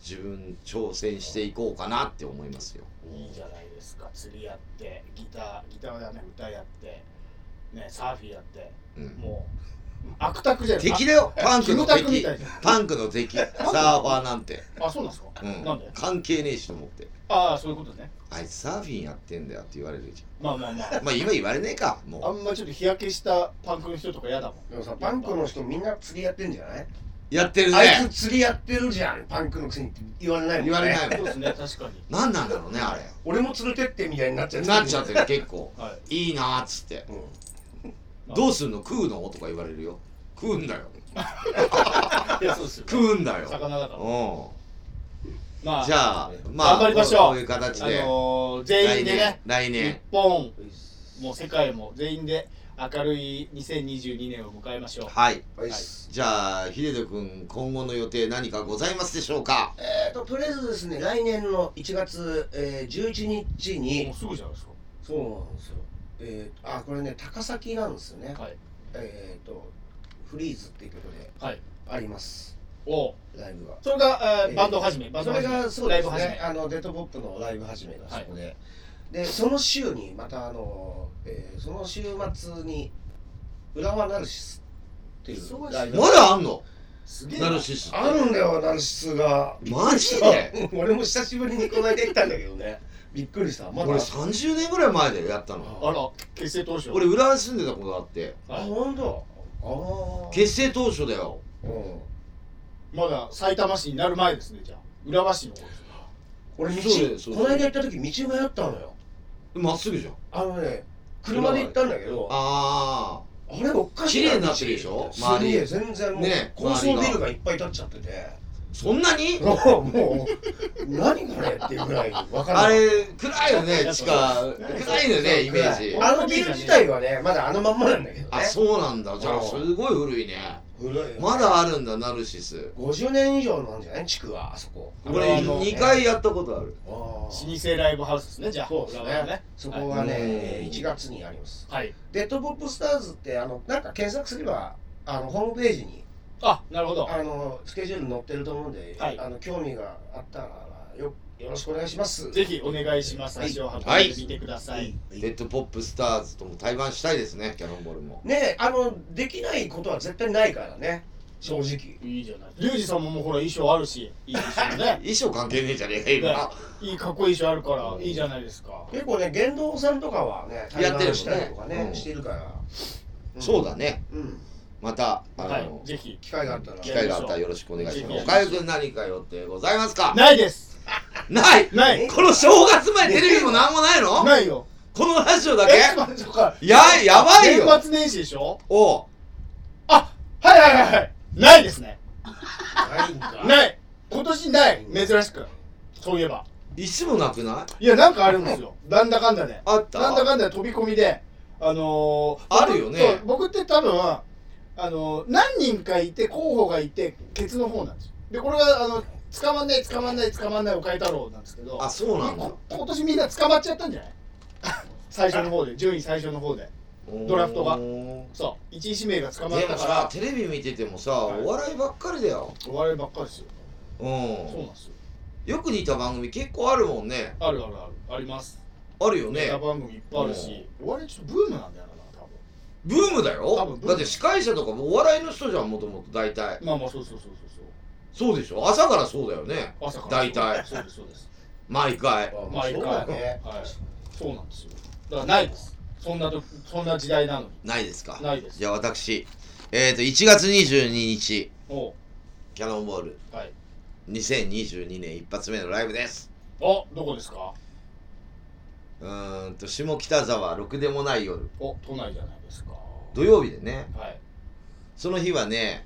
自分挑戦していこうかなって思いますよ。 いいじゃないですか。釣りやってギターギターやね歌やってねサーフィンやって、うん、もう悪択じゃない。 敵だよ。パンクの敵。パンクの敵。サーファーなんて。 あ、そうなんですか。うん、なんで？ 関係ねえしと思って。 ああ、そういうことね。 あいつサーフィンやってんだよって言われるじゃん。まあまあまあ。 まあ今言われねえか。もう。 あんまちょっと日焼けしたパンクの人とか嫌だもん。 でもさ、パンクの人みんな釣りやってんじゃない？ やってるね。 あいつ釣りやってるじゃん。パンクのくせにって言われないもんね。 言われないもん。 そうですね、確かに。 何なんだろうねあれ。 俺も釣れてってみたいになっちゃってる。 なっちゃってる結構。はい。いいなーっつって。どうすんの食うのとか言われるよ。食うんだよ。 いやそうですよ。 食うんだよ。 魚だから。うん。 まあじゃあまあ頑張りましょう。 こういう形で、 あのー、全員でね。 来年。 日本もう世界も全員で明るいにせんにじゅうにねんを迎えましょう。 はい。はい、じゃあ秀人君今後の予定何かございますでしょうか。 えっととりあえずですね来年のいちがつ、えー、じゅういちにちに。 もうすぐじゃないですか。 そうなんですよ。えー、あこれね高崎なんですよね。 はい。 えっ、ー、とフリーズっていうことで、はい、あります。 おライブが。 それが、えー、バンド始め。バンドそれがそうですね。あのデッドポップのライブ始めがそこで、はい、でその週にまたあの、えー、その週末に浦和ナルシスっていうライブ。 まだあんの？ すげえ。 ナルシス。 あるんだよナルシスが。 マジで？ 俺も久しぶりにこの間行ったんだけどね。びっくりした。 まだ俺さんじゅうねんぐらい前でやったの。 あら結成当初。 俺浦和住んでたことあって。 あ本当。 ああ。結成当初だよ。 うん。 まだ埼玉市になる前ですねじゃあ。浦和市の方です。 俺道この間行った時道迷ったのよ。 まっすぐじゃん。 あのね車で行ったんだけど。ああ。あれおかしいな。 綺麗になってるでしょ。 周り全然もう高層ビルがいっぱい建っちゃってて。 そんなに？ もう何これっていうぐらい分からない。 あれ暗いよね地下暗いのねイメージ。 あのビル自体はねまだあのまんまなんだけどね。 あそうなんだ。じゃあすごい古いね。古い。まだあるんだナルシス。 ごじゅうねん以上なんじゃない地区はあそこ。 俺にかいやったことある。 老舗ライブハウスですねじゃあ。 そうですね。そこはねいちがつにあります。はい。デッドポップスターズってあのなんか検索すればあのホームページに。 あ、なるほど。 あのスケジュール載ってると思うんで、はい、あの興味があったらよよろしくお願いします。 ぜひお願いします。足を運んでみてください。 デッドポップスターズとも対バンしたいですね。キャノンボールも。 ね、あのできないことは絶対ないからね。正直。 いいじゃない。リュウジさんももうほら衣装あるし、いいですよね。 衣装関係ねえじゃねえか今。 いいかっこいい衣装あるからいいじゃないですか。 結構ね言動さんとかはねやってるしたりとかねしてるから。 そうだね。うん。またあのぜひ機会があったら機会があったらよろしくお願いします。おかゆくん何か予定ございますか？ ないです。 ないない。 この正月前テレビもなんもないの？ ないよ。 このラジオだけ？ いややばいよ。 年末年始でしょ？ おう。 あはいはいはいはい。ないですね。 ないんか。 ない。今年ない珍しく。そういえば。 いつもなくない？ いやなんかあるんですよ。なんだかんだで。 あった。 なんだかんだで飛び込みであのあるよね。 僕って多分。あの何人かいて候補がいてケツの方なんですよ。でこれがあの捕まんない捕まんない捕まんない岡井太郎なんですけど。 あそうなんだ。 今年みんな捕まっちゃったんじゃない？最初の方で順位最初の方でドラフトがそういちい指名が捕まったから。 テレビ見ててもさ、はい、お笑いばっかりだよ。 お笑いばっかりですよ。 うん。 そうなんですよ。 よく似た番組結構あるもんね。 あるあるあるあります。 あるよね。 似た番組いっぱいあるし、お笑いちょっとブームなんだよな。 ブームだよ。だって司会者とかお笑いの人じゃんもともと大体。 まあまあそうそうそうそうそう。そうでしょ。朝からそうだよね。 朝から大体。 そうですそうです。 毎回。 毎回。はい。そうなんですよ。だからないです。そんなとそんな時代なのに。 ないですか。 ないです。 じゃあ私えっといちがつにじゅうににちキャノンボールにせんにじゅうにねん一発目のライブです。 おどこですか？ うーんと下北沢ろくでもない夜。 お都内じゃないですか。 土曜日でね、 はい、 その日はね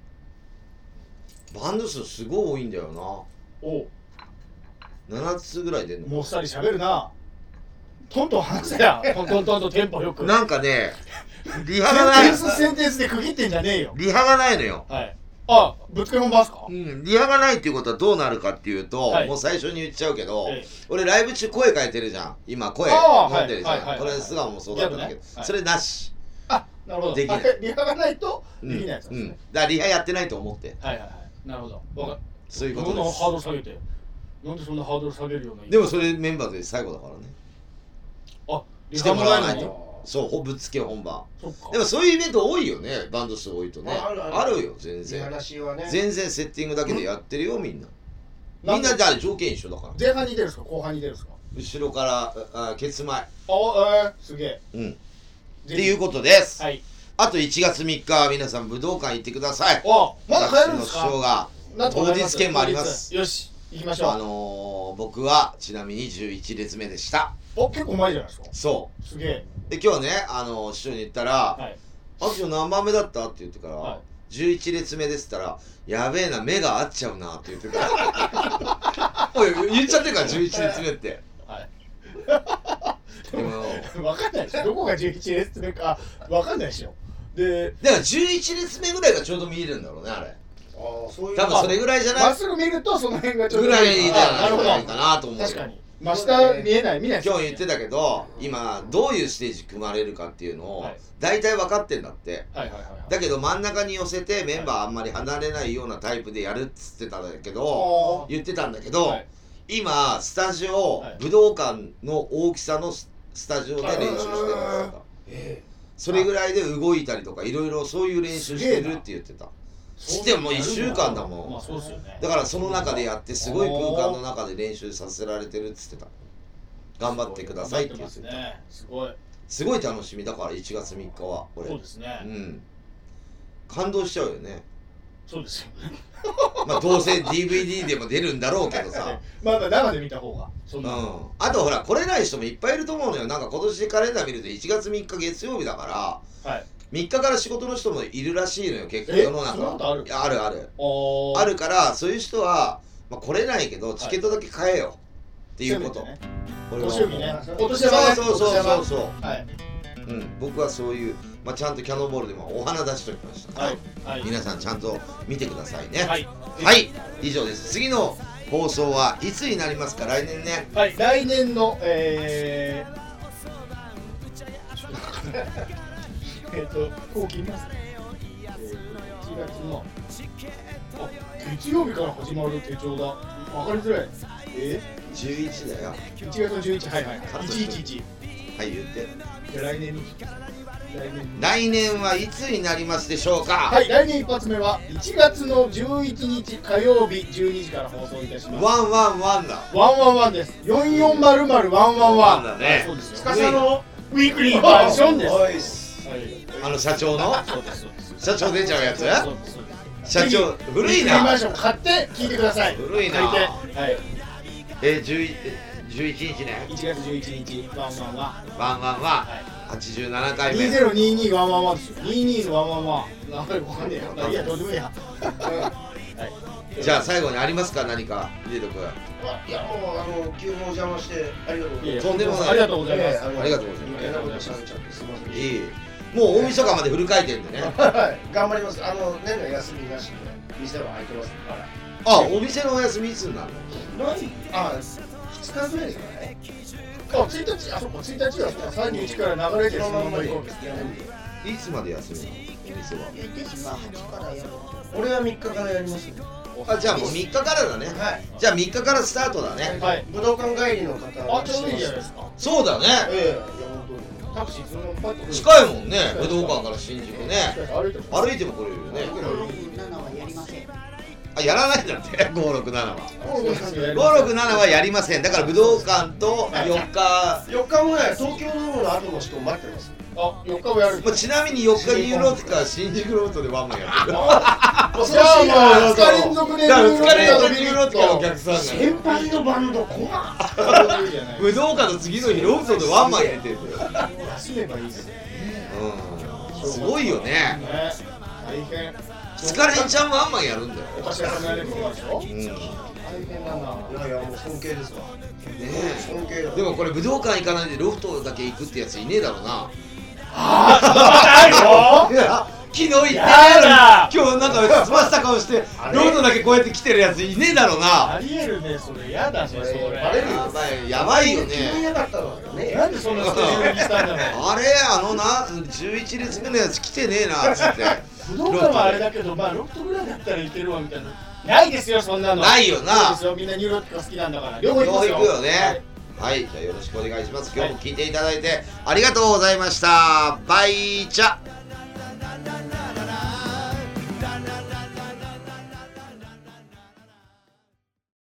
バンド数すごい多いんだよな。 おななつぐらい出んの。 もっさり喋るな。トントン話せや。トントントンとテンポよく。 なんかねリハがない。 センテンスセンテンスで区切ってんじゃねえよ。 リハがないのよ。 はい。あ、ぶつけ本番すか？ うん、リハがないっていうことはどうなるかっていうと、はい、もう最初に言っちゃうけど、ええ、俺ライブ中声変えてるじゃん。今声飲んでるじゃん。これ素顔もそうだったんだけど、ねはい、それなし。 あ、なるほど。できない。リハがないとできないやつですね。 うんうん、だからリハやってないと思って。 はいはいはい。なるほど。わかそういうことです。 どんなハードル下げてなんでそんなハードル下げるような。 でもそれメンバーで最後だからね。 あ、 来てもらわないと。そう、ぶっつけ本番。 そっか。 でもそういうイベント多いよね、バンド数多いとね。 あるあるあるよ、全然。 話はね、 全然セッティングだけでやってるよ、みんな。みんなだ条件一緒だから。 前半に出るんですか、後半に出るんですか。 後ろからあケツ前。 あ、えー、すげえ。 うん。っていうことです。 はい。 あといちがつみっか皆さん武道館行ってください。 あ、まだ帰るんですか。 私の師匠が当日券もあります。 よし、行きましょう。 あのー、僕はちなみにじゅういち列目でした。 お、結構前じゃないですか。 そう。 すげえ。 で今日ね、あのー、師匠に言ったら、はい、あきちゃん何番目だったって言ってから、はい、じゅういち列目ですって言ったら、やべえな、目が合っちゃうなって言ってから。おい、言っちゃってるからじゅういち列目って。はい。 でも分かんないでしょ、どこがじゅういち列目か分かんないでしょ。で、 だからじゅういち列目ぐらいがちょうど見えるんだろうね、あれ。 ああ、そういう。 多分それぐらいじゃない。 まっすぐ見るとその辺がちょうどぐらいじゃないかなと思う。 確かに。真下見えない見ない。 今日言ってたけど、今どういうステージ組まれるかっていうのを大体分かってんだって。だけど真ん中に寄せてメンバーあんまり離れないようなタイプでやるっつってたんだけど、言ってたんだけど、今スタジオ、武道館の大きさのスタジオで練習してるんですよ。それぐらいで動いたりとかいろいろそういう練習してるって言ってた。してももういっしゅうかんだもん。だからその中でやってすごい空間の中で練習させられてるっつってた。頑張ってくださいって言ってた。 すごいすごい楽しみだからいちがつみっかは俺。 そうですね。 うん。感動しちゃうよね。 そうですよね。 まあどうせ ディーブイディー でも出るんだろうけどさ。 まあまあ生で見た方が。 うん。あとほら来れない人もいっぱいいると思うのよ。なんか今年カレンダー見るといちがつみっか月曜日だから。はい。みっかから仕事の人もいるらしいのよ、結構世の中。 あるあるあるあるから、そういう人は、まあ、来れないけどチケットだけ買えよっていうこと。 お年寄りね。お年玉ね。 そうそうそうそうそう。はい。うん、僕はそういう、まあ、ちゃんとキャノンボールでもお花出しときました。はい。皆さんちゃんと見てくださいね。はい。はい、以上です。次の放送はいつになりますか、来年ね。 はい、来年の、えーえっと、こう切りますね。えー、いちがつの、あ、月曜日から始まる手帳だ。わかりづらい。えー、じゅういちだよ。 いちがつのじゅういち、はいはい。いちいちいち。 はい、言って。 じゃあ来年に。 来年。来年はいつになりますでしょうか。 はい、来年一発目はいちがつのじゅういちにち火曜日じゅうにじから放送いたします。 ワンワンワンだ。 ワンワンワンです。よんよんまるまるワンワンワンだね。 そうですよ。司のウィークリーバージョンです。 あの社長の社長出ちゃうやつ。社長古いな。 買って聞いてください。 古いな。はい。えじゅういちにちね。 いちがつじゅういちにちワンワンワン。 ワンワンワン。はちじゅうななかいめ。 にせんにじゅうにワンワンワンですよ。にじゅうにのワンワンワン。なんかわかんねえよ。いやどうでもいいや。 じゃあ最後にありますか、何かリード君。 いやもうあの急にお邪魔してありがとうございます。 とんでもない。 ありがとうございます。 ありがとうございます。 いい。もう大晦日までフル回転でね。 はい。頑張ります。あの年内休みなしで店は開いてますから。 あ、お店のお休みいつになるの？ あ、ふつかぐらいですかね。 あ、ついたち、あそこついたちだったらさんじゅういちから流れてそのまま行こうです。 いつまで休みなの？お店は。 私ははちからやる。 俺はみっかからやりますよ。 あ、じゃあもうみっかからだね。はい。じゃあみっかからスタートだね。 はい。武道館帰りの方は。あ、ちょうどいいじゃないですか。 そうだね。 ええ、いや本当に。タクシーそのまま近いもんね。武道館から新宿ね。歩いても歩いても来れるよね。 ごろくななはやりません。 あ、やらないんだってごろくななは。ごろくななはやりません。だから武道館とよっかよっかもね、東京ドームの後の人待ってます。 あ、よっかもやる。 まあ、ちなみによっかニューロートか新宿ロートでワンマンやってる。 じゃあもうふつか連続でニューロートからお客さんが先輩のバンド怖っ。 武道館の次の日ロートでワンマン入れてる。 休めばいいですね。 うん。すごいよね。 大変。 疲れんちゃんワンマンやるんだよ。 お菓子屋さんのやることでしょ。うん。大変だな。いやいやもう尊敬ですわ。ねえ。尊敬だ。でもこれ武道館行かないでロフトだけ行くってやついねえだろうな。 ああ、 いや昨日行ってねえのに今日なんかすました顔してロフトだけこうやって来てるやついねえだろうな。 ありえるね、それやだね、それバレるよ。 やばいよね。 嫌だったのよね。 なんでそんなスケジュールにしたんだろう。 あれあのなじゅういち列目のやつ来てねえなっつって武道館はあれだけど、まあロフトぐらいだったらいけるわみたいな。ないですよ、そんなの。 ないよな。 そうですよ、みんなニューロックが好きなんだから。両方行きますよ。 両方行くよね。はい、はい、じゃあよろしくお願いします。今日も聞いていただいてありがとうございました。バイチャ。